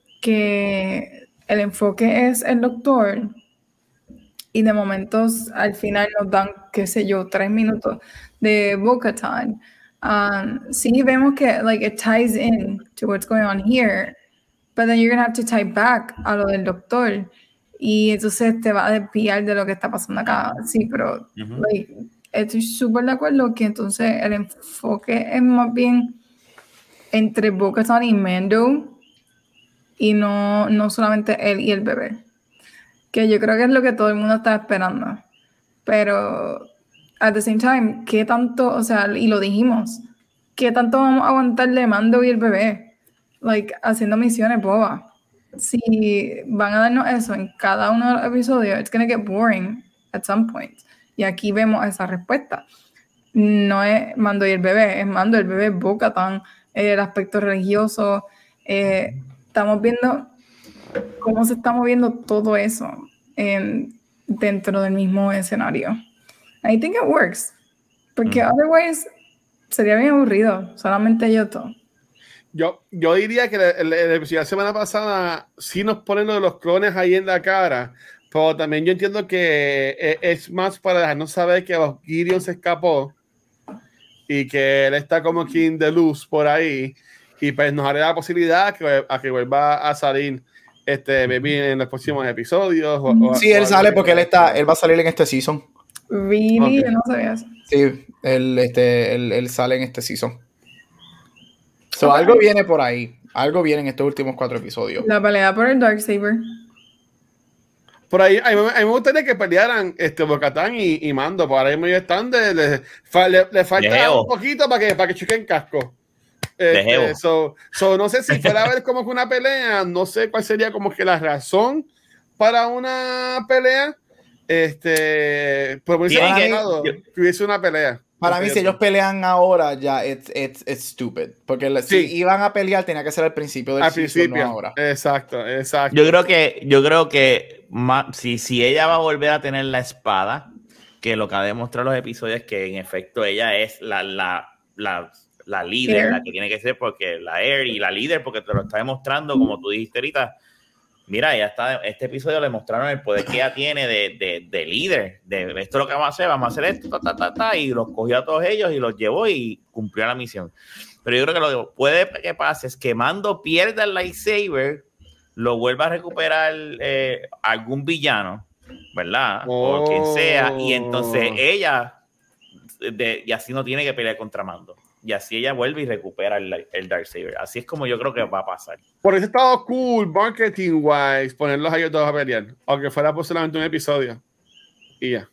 que el enfoque es el doctor y de momentos al final nos dan, qué sé yo, tres minutos de Bo-Katan. Um, sí vemos que like it ties in to what's going on here, but then you're gonna have to tie back a lo del doctor y entonces te va a desviar de lo que está pasando acá. Sí, pero uh-huh. like, estoy súper de acuerdo que entonces el enfoque es más bien entre Bo-Katan y Mando y no, no solamente él y el bebé, que yo creo que es lo que todo el mundo está esperando, pero at the same time, ¿qué tanto, o sea, y lo dijimos, qué tanto vamos a aguantarle Mando y el bebé, like, haciendo misiones bobas? Si van a darnos eso en cada uno de los episodios, it's gonna get boring at some point. Y aquí vemos esa respuesta. No es Mando y el bebé, es Mando, el bebé, Bo-Katan, el aspecto religioso. Eh, estamos viendo cómo se está moviendo todo eso en, dentro del mismo escenario. I think it works. Porque mm. otherwise sería bien aburrido. Solamente yo todo. Yo, yo diría que el, el episodio de la semana pasada sí nos ponen lo de los clones ahí en la cara. Pero también yo entiendo que es más para dejarnos saber que los Gideon se escapó y que él está como King de luz por ahí. Y pues nos hará la posibilidad que, a que vuelva a salir este Baby en los próximos episodios. O, o, sí, él o sale porque él está, él va a salir en este season. Really? Okay. Yo no sabía eso. Sí, él, este, él, él sale en este season. So, okay. Algo viene por ahí. Algo viene en estos últimos cuatro episodios. La pelea por el Darksaber. Por ahí, a mí, a mí me gustaría que pelearan este, Bo-Katan y, y Mando. Por ahí medio están de, le, le, le falta Lejeo. un poquito para que, para que chequen casco. Este, so, so, no sé si fuera a ver como que una pelea, no sé cuál sería como que la razón para una pelea. Este, pero me hubiese gustado que hubiese una pelea. Para mí, si ellos pelean ahora, ya it's, it's, it's stupid. Porque sí. si iban a pelear, tenía que ser al principio del al season, principio. no ahora. Exacto, exacto. Yo creo que, yo creo que si, si ella va a volver a tener la espada, que lo que ha demostrado los episodios es que en efecto ella es la, la, la, la líder, Air. la que tiene que ser, porque la Air y la líder, porque te lo está demostrando, como tú dijiste ahorita. Mira, ya está, este episodio le mostraron el poder que ella tiene de, de, de líder, de esto es lo que vamos a hacer, vamos a hacer esto, ta, ta, ta, ta, y los cogió a todos ellos y los llevó y cumplió la misión. Pero yo creo que lo que puede que pase es que Mando pierda el lightsaber, lo vuelva a recuperar eh, algún villano, ¿verdad? Oh. O quien sea, y entonces ella, de, y así no tiene que pelear contra Mando. Y así ella vuelve y recupera el, el Darksaber. Así es como yo creo que va a pasar. Por eso estaba cool, marketing wise, ponerlos a ellos todos a pelear. Aunque fuera por solamente un episodio. Y ya.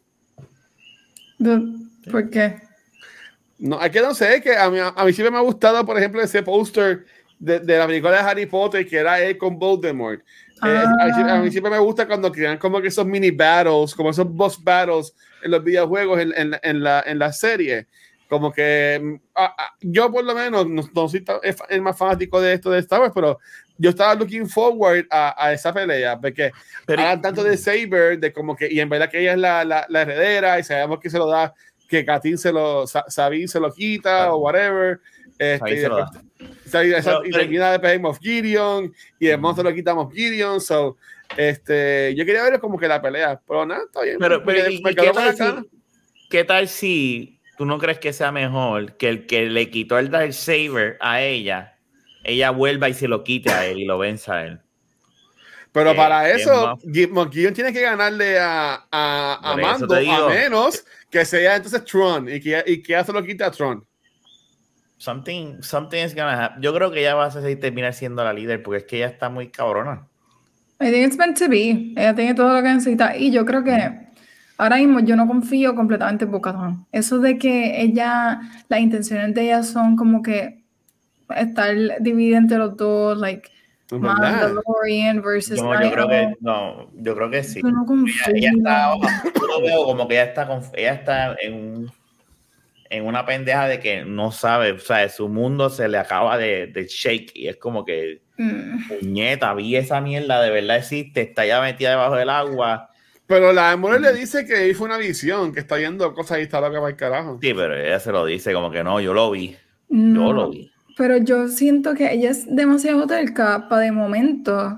¿Por qué? No, es que no sé, que a mí, a mí siempre me ha gustado, por ejemplo, ese póster de, de la película de Harry Potter, que era él con Voldemort. Ah. Eh, a, mí, a mí siempre me gusta cuando crean como que esos mini battles, como esos boss battles en los videojuegos, en, en, en, la, en la serie. Como que a, a, yo por lo menos no, no soy tan, el más fanático de esto de Star Wars, pero yo estaba looking forward a, a esa pelea, porque pero, hablan tanto de Saber, de como que, y en verdad que ella es la, la, la heredera, y sabemos que se lo da, que Katin se lo, Sabine se lo quita, o whatever, Este, ahí y, se lo da. después, o sea, y, esa, Pero, y pero- termina de pegar Moff Gideon y el monstruo lo quitamos Gideon. So, este, yo quería ver como que la pelea, pero nada, está bien. Pero, me pero quedé- ¿y, me y quedó qué con tal las ganas. si, qué tal si tú no crees que sea mejor que el que le quitó el Darksaber a ella, ella vuelva y se lo quite a él y lo venza a él? Pero Que- para que eso, más- Gi- Moff Gideon tiene que ganarle a, a, a Por eso Mando, te digo. a menos que sea entonces Tron y que, y que ya se lo quite a Tron. Something, something is gonna happen. Yo creo que ella va a ser- terminar siendo la líder porque es que ella está muy cabrona. I think it's meant to be. Ella tiene todo lo que necesita. Y yo creo que ahora mismo yo no confío completamente en Bo-Katan. Eso de que ella, las intenciones de ella son como que estar dividida entre los dos, like Es verdad. Mandalorian versus Yo, yo creo Night que Owl. no, yo creo que sí. Yo no confío. Ella, ella está, yo lo veo como que ella está, conf- ella está en un, en una pendeja de que no sabe, o sea, su mundo se le acaba de, de shake y es como que Mm. puñeta, vi esa mierda, de verdad existe, está ya metida debajo del agua. Pero la Amor le dice que ahí fue una visión, que está viendo cosas y está loca para el carajo. Sí, pero ella se lo dice como que no, yo lo vi, yo No, lo vi. pero yo siento que ella es demasiado terca para de momento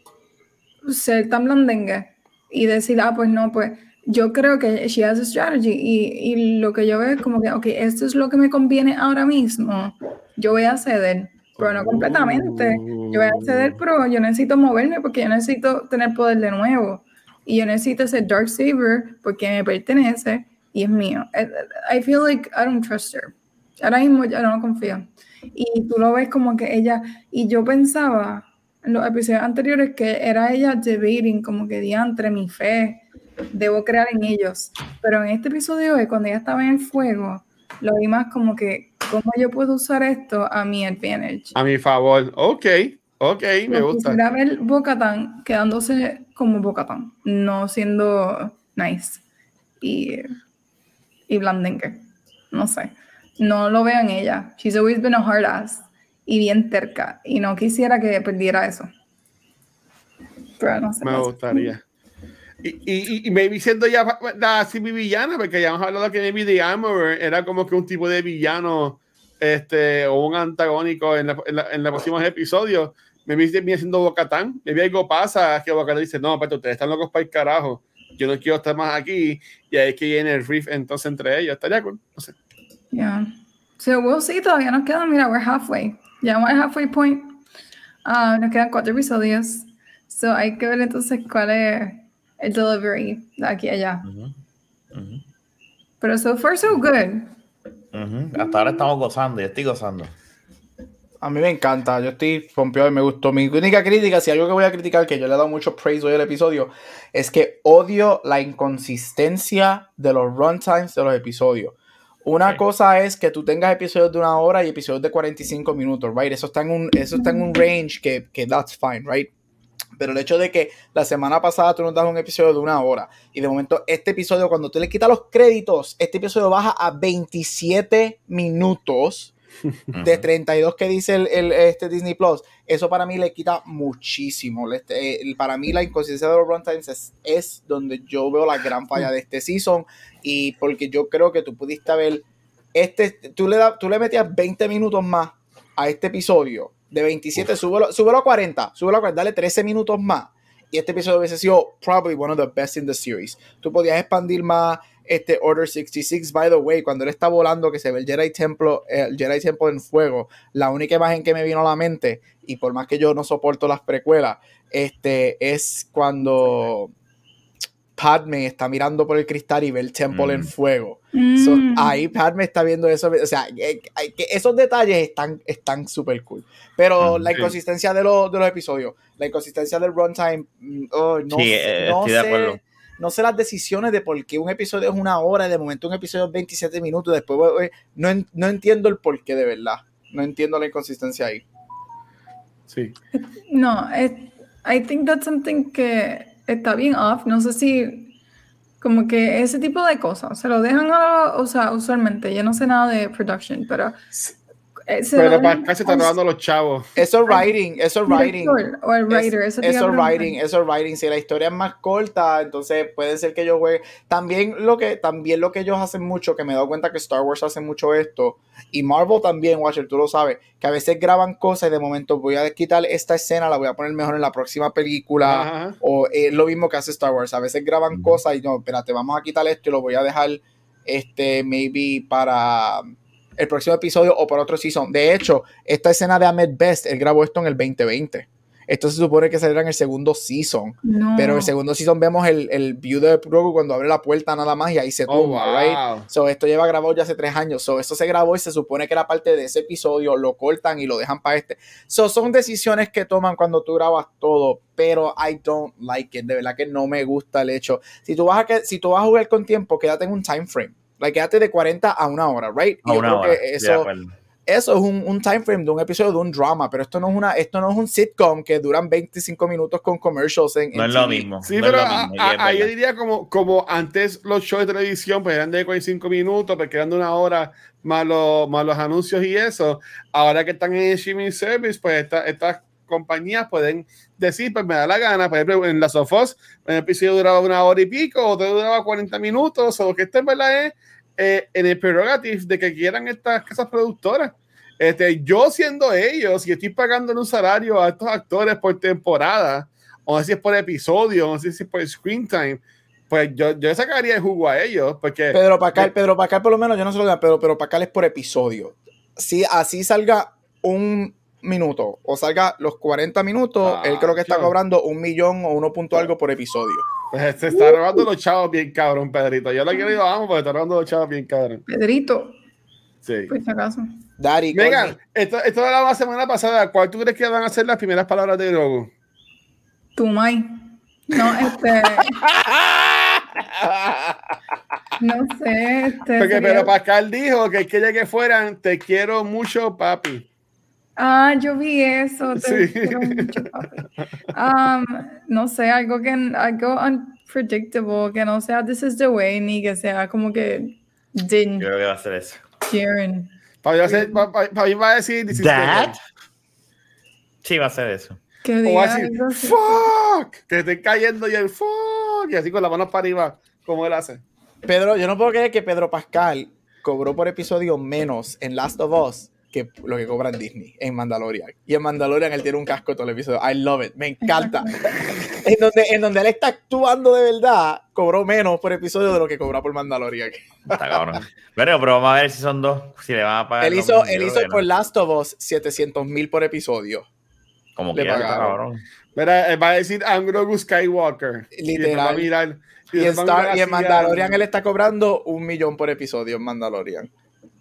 ser tan blandengue y decir, ah, pues no, pues yo creo que she has a strategy y, y lo que yo veo es como que, ok, esto es lo que me conviene ahora mismo, yo voy a ceder, pero no completamente, yo voy a ceder, pero yo necesito moverme porque yo necesito tener poder de nuevo y yo necesito ese Darksaber porque me pertenece y es mío. I, I feel like I don't trust her. Ahora mismo yo no confío. Y tú lo ves como que ella, y yo pensaba en los episodios anteriores que era ella debating como que diantre mi fe, debo creer en ellos, pero en este episodio de cuando ella estaba en el fuego, lo vi más como que cómo yo puedo usar esto a mi advantage. A mi favor. Ok, ok, me Lo gusta. quisiera ver Bo-Katan quedándose como Bo-Katan, no siendo nice y, y blandengue, no sé. No lo veo en ella. She's always been a hard ass y bien terca. Y no quisiera que perdiera eso. Pero no sé. Me gustaría. Y, y, y maybe siendo ya la así mi villana, porque ya hemos hablado que maybe The Armorer era como que un tipo de villano este, o un antagónico en, la, en, la, en los próximos episodios. Maybe viene siendo Bo-Katan. Maybe algo pasa que Bo-Katan dice, no, pero ustedes están locos para el carajo. Yo no quiero estar más aquí. Y ahí es que viene el riff entonces entre ellos. Estaría cool. No sé. Yeah. So we'll see. Todavía nos quedan, mira, we're halfway. Llegamos al halfway point. Uh, nos quedan cuatro episodios. So hay que ver entonces cuál es el delivery de aquí a allá. Uh-huh. Uh-huh. Pero so far so good. Uh-huh. Hasta ahora estamos gozando, yo estoy gozando. A mí me encanta, yo estoy pompeado y me gustó. Mi única crítica, si algo que voy a criticar, que yo le he dado mucho praise hoy al episodio, es que odio la inconsistencia de los runtimes de los episodios. Una sí. cosa es que tú tengas episodios de una hora y episodios de cuarenta y cinco minutos, right? Eso está en un, eso está en un range que, que that's fine, right? Pero el hecho de que la semana pasada tú nos das un episodio de una hora y de momento este episodio, cuando tú le quitas los créditos, este episodio baja a veintisiete minutos de treinta y dos que dice el, el, este Disney Plus. Eso para mí le quita muchísimo. Este, el, para mí la inconsistencia de los runtimes es, es donde yo veo la gran falla de este season, y porque yo creo que tú pudiste haber este, tú le, da, tú le metías veinte minutos más a este episodio de veintisiete, súbelo, súbelo a cuarenta, súbelo a cuarenta, dale trece minutos más y este episodio hubiese sido probably one of the best in the series. Tú podías expandir más este Order sesenta y seis, by the way, cuando él está volando, que se ve el Jedi Templo, el Jedi Templo en fuego, la única imagen que me vino a la mente, y por más que yo no soporto las precuelas, este, es cuando Padme está mirando por el cristal y ve el Temple mm. en fuego. Mm. So, ahí Padme está viendo eso, o sea, que, que esos detalles están están súper cool. Pero mm, la inconsistencia sí. de, los, de los episodios, la inconsistencia del runtime, oh, no, sí, eh, no estoy sé, de acuerdo. No sé las decisiones de por qué un episodio es una hora y de momento un episodio es veintisiete minutos. Después no, no entiendo el por qué de verdad. No entiendo la inconsistencia ahí. Sí. No, it, I think that's something que está bien off. No sé si como que ese tipo de cosas se lo dejan a, o sea, usualmente, yo no sé nada de production, pero Ese Pero Pascal se está robando los chavos. Eso es writing, eso es writing. O el writer, eso, eso es writing, eso es writing. Si la historia es más corta, entonces puede ser que yo juegue. También lo que, también lo que ellos hacen mucho, que me he dado cuenta que Star Wars hace mucho esto, y Marvel también, Watcher, tú lo sabes, que a veces graban cosas y de momento voy a quitar esta escena, la voy a poner mejor en la próxima película. Ajá. O es lo mismo que hace Star Wars. A veces graban uh-huh. cosas y no, espérate, vamos a quitar esto y lo voy a dejar, este, maybe para el próximo episodio o por otro season. De hecho, esta escena de Ahmed Best, él grabó esto en el veinte veinte. Esto se supone que saldrá en el segundo season. No. Pero en el segundo season vemos el, el view de Grogu cuando abre la puerta nada más y ahí se tumba, oh, wow. right? So, esto lleva grabado ya hace tres años. So, esto se grabó y se supone que era parte de ese episodio, lo cortan y lo dejan para este. So, son decisiones que toman cuando tú grabas todo, pero I don't like it. De verdad que no me gusta el hecho. Si tú vas a, que, si tú vas a jugar con tiempo, quédate en un time frame. Like, quédate de cuarenta a una hora, right? A y una yo creo hora. que eso, yeah, eso es un, un time frame de un episodio de un drama, pero esto no es una, esto no es un sitcom que duran veinticinco minutos con commercials en, no en es lo mismo. Sí, no pero ahí yo diría como, como antes los shows de televisión pues eran de cuarenta y cinco minutos, porque eran de una hora más los, más los anuncios y eso. Ahora que están en streaming service, pues esta, estas compañías pueden decir, pues me da la gana. Por ejemplo, en Last of Us, el episodio duraba una hora y pico, otro duraba cuarenta minutos, o que esto en verdad es eh, en el prerogative de que quieran estas casas productoras. Este, yo siendo ellos, y estoy pagando un salario a estos actores por temporada, o no sé si es por episodio, o no sé si es por screen time, pues yo, yo sacaría el jugo a ellos, porque... Pedro Pascal, Pedro Pascal por lo menos, yo no se lo digo, pero Pedro Pascal es por episodio. Si así salga un minuto, o salga los cuarenta minutos, ah, él creo que está yo. cobrando un millón o uno punto algo por episodio. Pues se está uh. robando los chavos bien cabrón, Pedrito. Yo lo quiero ir amo porque está robando los chavos bien cabrón. Pedrito. Sí. Por si acaso. Daddy, Venga, esto, esto era la semana pasada. ¿Cuál tú crees que van a ser las primeras palabras de Grogu? Tumay. No, este... no sé. Este Porque sería... pero Pascal dijo que quería que fueran te quiero mucho, papi. Ah, yo vi eso. Te Sí. quiero mucho, papi. Um, no sé, algo que algo unpredictable, que no sea this is the way, ni que sea como que Din. Yo creo que va a ser eso. Jiren. Para mí va a decir ¿Dad? Sí, va a ser eso. Que o diga va a decir fuck, que te esté cayendo y el fuck, y así con las manos para arriba, como él hace. Pedro, yo no puedo creer que Pedro Pascal cobró por episodio menos en Last of Us que lo que cobra en Disney, en Mandalorian. Y en Mandalorian él tiene un casco todo el episodio. I love it, me encanta. en, donde, en donde él está actuando de verdad, cobró menos por episodio de lo que cobra por Mandalorian. Está cabrón. Pero, pero vamos a ver si son dos, si le van a pagar. Él hizo, él hizo por no. Last of Us setecientos mil por episodio. Como que está cabrón. Mira, va a decir I'm Grogu Skywalker. Literal. Y, mirar, y, y, en, Star, y en Mandalorian a... él está cobrando un millón por episodio en Mandalorian.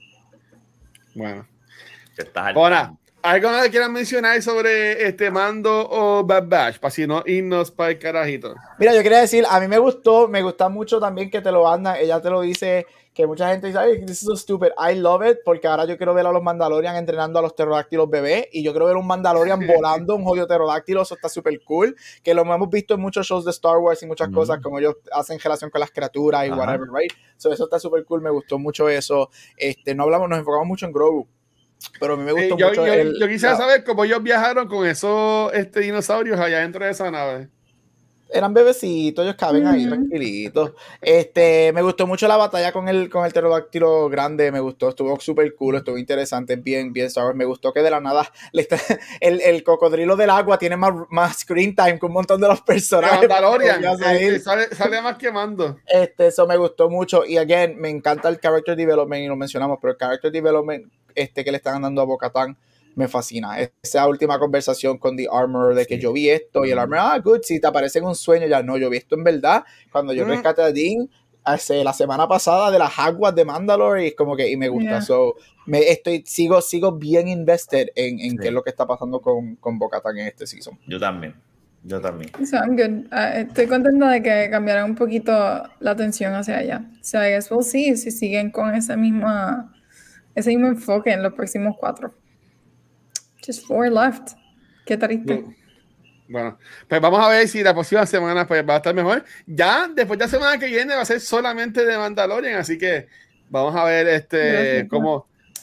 Bueno. Ahora, ¿algo que quieran mencionar sobre este Mando o Bad Batch? Para si no irnos para el carajito. Mira, yo quería decir, a mí me gustó, me gusta mucho también que te lo andan, ella te lo dice, que mucha gente dice, ay, this is so stupid, I love it, porque ahora yo quiero ver a los Mandalorian entrenando a los pterodáctilos bebés, y yo quiero ver un Mandalorian volando un jodido pterodáctilo, eso está súper cool, que lo hemos visto en muchos shows de Star Wars y muchas mm. cosas, como ellos hacen relación con las criaturas y Ajá. whatever, right? So, eso está súper cool, me gustó mucho eso. Este, no hablamos, nos enfocamos mucho en Grogu. Pero a mí me gustó eh, yo, mucho yo, el, yo quisiera la, saber cómo ellos viajaron con esos este, dinosaurios allá dentro de esa nave. Eran bebecitos, ellos caben ahí mm. tranquilitos. Este, me gustó mucho la batalla con el, con el pterodáctilo grande, me gustó, estuvo súper cool, estuvo interesante, bien, bien Star Wars. Me gustó que de la nada le está, el, el cocodrilo del agua tiene más, más screen time que un montón de los personajes. Mandalorian, eh, sale, sale más quemando. Este, eso me gustó mucho. Y again, me encanta el character development, y lo mencionamos, pero el character development este que le están dando a Bo-Katan me fascina. Esa última conversación con The Armor de que sí. yo vi esto y el Armor, ah, good, si te aparece en un sueño, ya no, yo vi esto en verdad. Cuando yo mm. rescaté a Din hace la semana pasada de las aguas de Mandalore y como que y me gusta. Yeah. So, me estoy, sigo, sigo bien invested en, en sí. qué es lo que está pasando con, con Bo-Katan en este season. Yo también. Yo también. So, I'm good. Uh, estoy contenta de que cambiaran un poquito la atención hacia allá. O sea, I guess we'll see si siguen con esa misma, ese mismo enfoque en los próximos cuatro. Just four left. Qué triste. Bueno, pues vamos a ver si la próxima semana pues, va a estar mejor. Ya después de la semana que viene va a ser solamente de Mandalorian, así que vamos a ver este Gracias, cómo,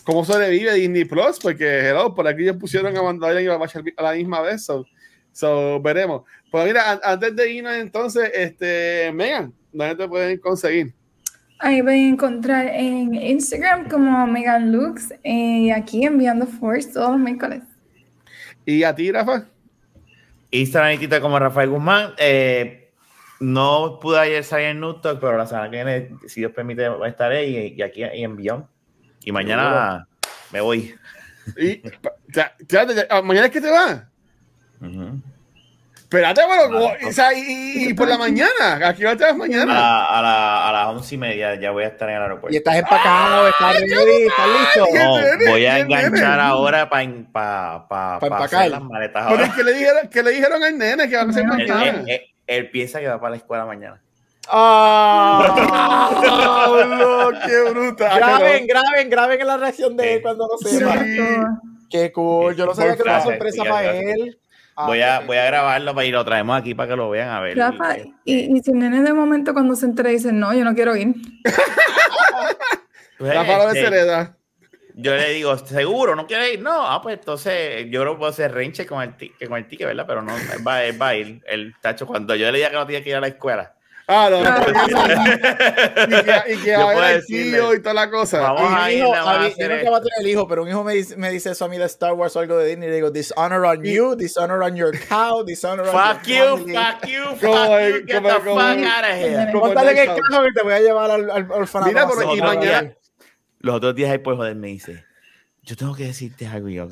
cómo sobrevive Disney Plus, porque hello, por aquí ellos pusieron a Mandalorian y a Bashar a la misma vez, so, so veremos. Pues mira, an antes de irnos entonces, este, Megan, ¿dónde te pueden conseguir? Ahí voy a encontrar en Instagram como Megan Lux y aquí enviando Force todos los miércoles. ¿Y a ti, Rafa? Instagram y Twitter como Rafael Guzmán. Eh, no pude ayer salir en Newton, pero la semana que viene, si Dios permite, estaré y, y aquí y en Beyond. Y mañana me voy. ¿Y, ya, ya, ya, ¿Mañana es que te vas? Uh-huh. Espérate, bueno, ah, o sea, y, y por la mañana, ¿a qué hora te vas mañana? A, a, la, a las once y media ya voy a estar en el aeropuerto. Y estás empacado, estás ready, estás listo. No, voy a enganchar ahora para pa, pa, pa, pa hacer las maletas ahora. Pero es que le dijeron, que le dijeron al nene que van a hacer mañana. Él, él, él piensa que va para la escuela mañana. ¡Ah! Oh, no, ¡qué bruta! Graben, graben, graben en la reacción de él cuando lo sepa. Sí. ¡Qué cool! Yo no sabía que era una sorpresa sí, para gracias. él. Voy a, voy a grabarlo y lo traemos aquí para que lo vean a ver. Rafa, y, y si el nene de momento cuando se entere dice, no, yo no quiero ir. Pues, Rafa este, de Cereda. Yo le digo, ¿seguro? ¿No quiere ir? No, ah, pues entonces yo creo que puedo hacer renche con el, con el ticket, ¿verdad? Pero no, él va, él va a ir. El tacho, cuando yo le diga que no tiene que ir a la escuela. Ah, no, no, y que, y que va a ver el tío y toda la cosa. Vamos a ir, hijo, vamos a mí, hacer yo nunca voy a tener el hijo, pero un hijo me dice, me dice eso a mí de Star Wars o algo de Disney. Y le digo, dishonor on you, dishonor on your cow, dishonor on fuck your you, family. fuck you, fuck Como, you, get como, the como, fuck out of here. Póntale en el carro que te voy a llevar al, al orfanato. Mira, pero y mañana. Los otros días ahí por joder me dice, yo tengo que decirte algo, y yo,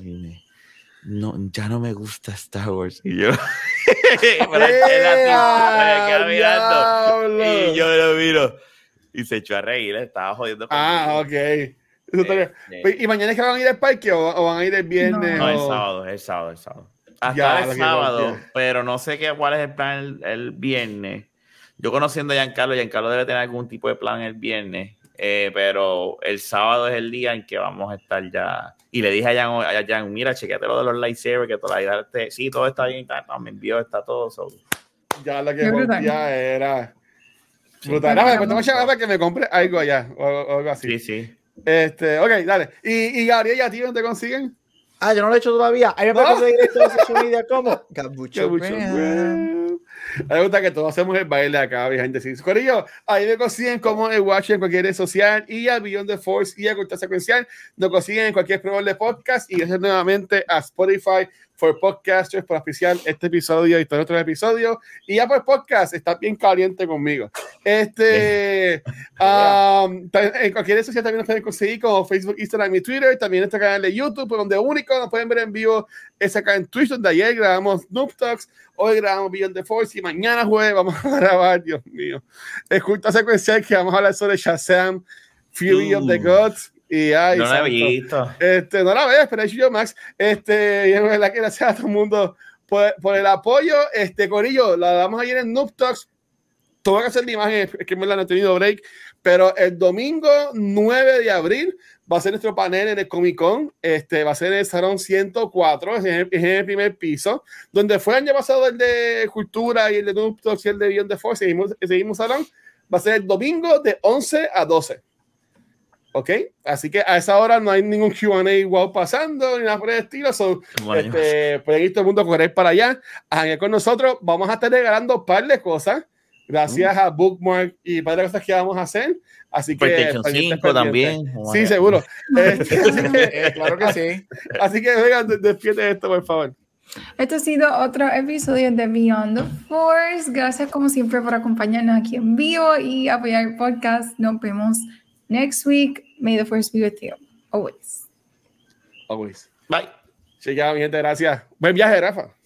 no, ya no me gusta Star Wars. Y yo, pero él así, me queda mirando. Y yo lo miro. Y se echó a reír, estaba jodiendo conmigo. Ah, ok. Eh, eh. ¿Y mañana es que van a ir al parque o, o van a ir el viernes? No, o... el sábado, el sábado, el sábado. Hasta Ya, el sábado, pero no sé qué, cuál es el plan el, el viernes. Yo conociendo a Giancarlo, Giancarlo debe tener algún tipo de plan el viernes. Eh, pero el sábado es el día en que vamos a estar ya. Y le dije a Jan, a Jan mira, chequete lo de los lightsabers, que toda la idea, sí, todo está bien, está, me envió, está todo. So. Ya lo que ya era. Sí. Brutal. No, después tengo que llamar para que me compre algo allá o, o algo así. Sí, sí. Este, ok, dale. ¿Y, y Gabriel y a ti dónde te consiguen? Ah, yo no lo he hecho todavía. Ahí me ¿No? puedo conseguir esto en social media como Gabucho Gabucho Graham. A mí me gusta que todos hacemos el baile acá, gente. Sí. Corillo, ahí me consiguen como el Watch en cualquier red social y a Beyond the Force y a Cultura Secuencial. Nos consiguen en cualquier proveedor de podcast y gracias nuevamente a Spotify for Podcasters por auspiciar este episodio y todos los otros episodios. Y ya por podcast, está bien caliente conmigo. Este, um, en cualquier red social también nos pueden conseguir como Facebook, Instagram y Twitter. También nuestro canal de YouTube, donde único nos pueden ver en vivo es acá en Twitch, donde ayer grabamos Noob Talks, hoy grabamos Beyond the Force y mañana jueves vamos a grabar, Dios mío, Escultura Secuencial, que vamos a hablar sobre Shazam, Fury uh. of the Gods. Y, ay, no la he visto. Este, no la ves, pero es yo, Max. Este, y es verdad que gracias a todo el mundo por, por el apoyo. Este, Corillo, la damos ayer en Noob Talks. Tuve que hacer la imagen, es que me la han tenido break. Pero el domingo nueve de abril va a ser nuestro panel en el Comic Con. Este, va a ser en el Salón ciento cuatro, es en, el, es en el primer piso. Donde fue el año pasado el de Cultura y el de Noob Talks y el de Beyond the Force. Seguimos, seguimos salón. Va a ser el domingo de once a doce. Ok, así que a esa hora no hay ningún Q and A wow pasando ni nada por el estilo. So, este, pueden ir todo el mundo a correr para allá. A con nosotros vamos a estar regalando un par de cosas gracias mm. a Bookmark y un par de cosas que vamos a hacer. Así que PlayStation cinco también. Sí, seguro. Este, así que, claro que sí. Así que vengan, despierte esto, por favor. Este ha sido otro episodio de Beyond the Force. Gracias como siempre por acompañarnos aquí en vivo y apoyar el podcast. Nos vemos next week. May the Force be with you. Always. Always. Bye. Sí, ya, mi gente, gracias. Buen viaje, Rafa.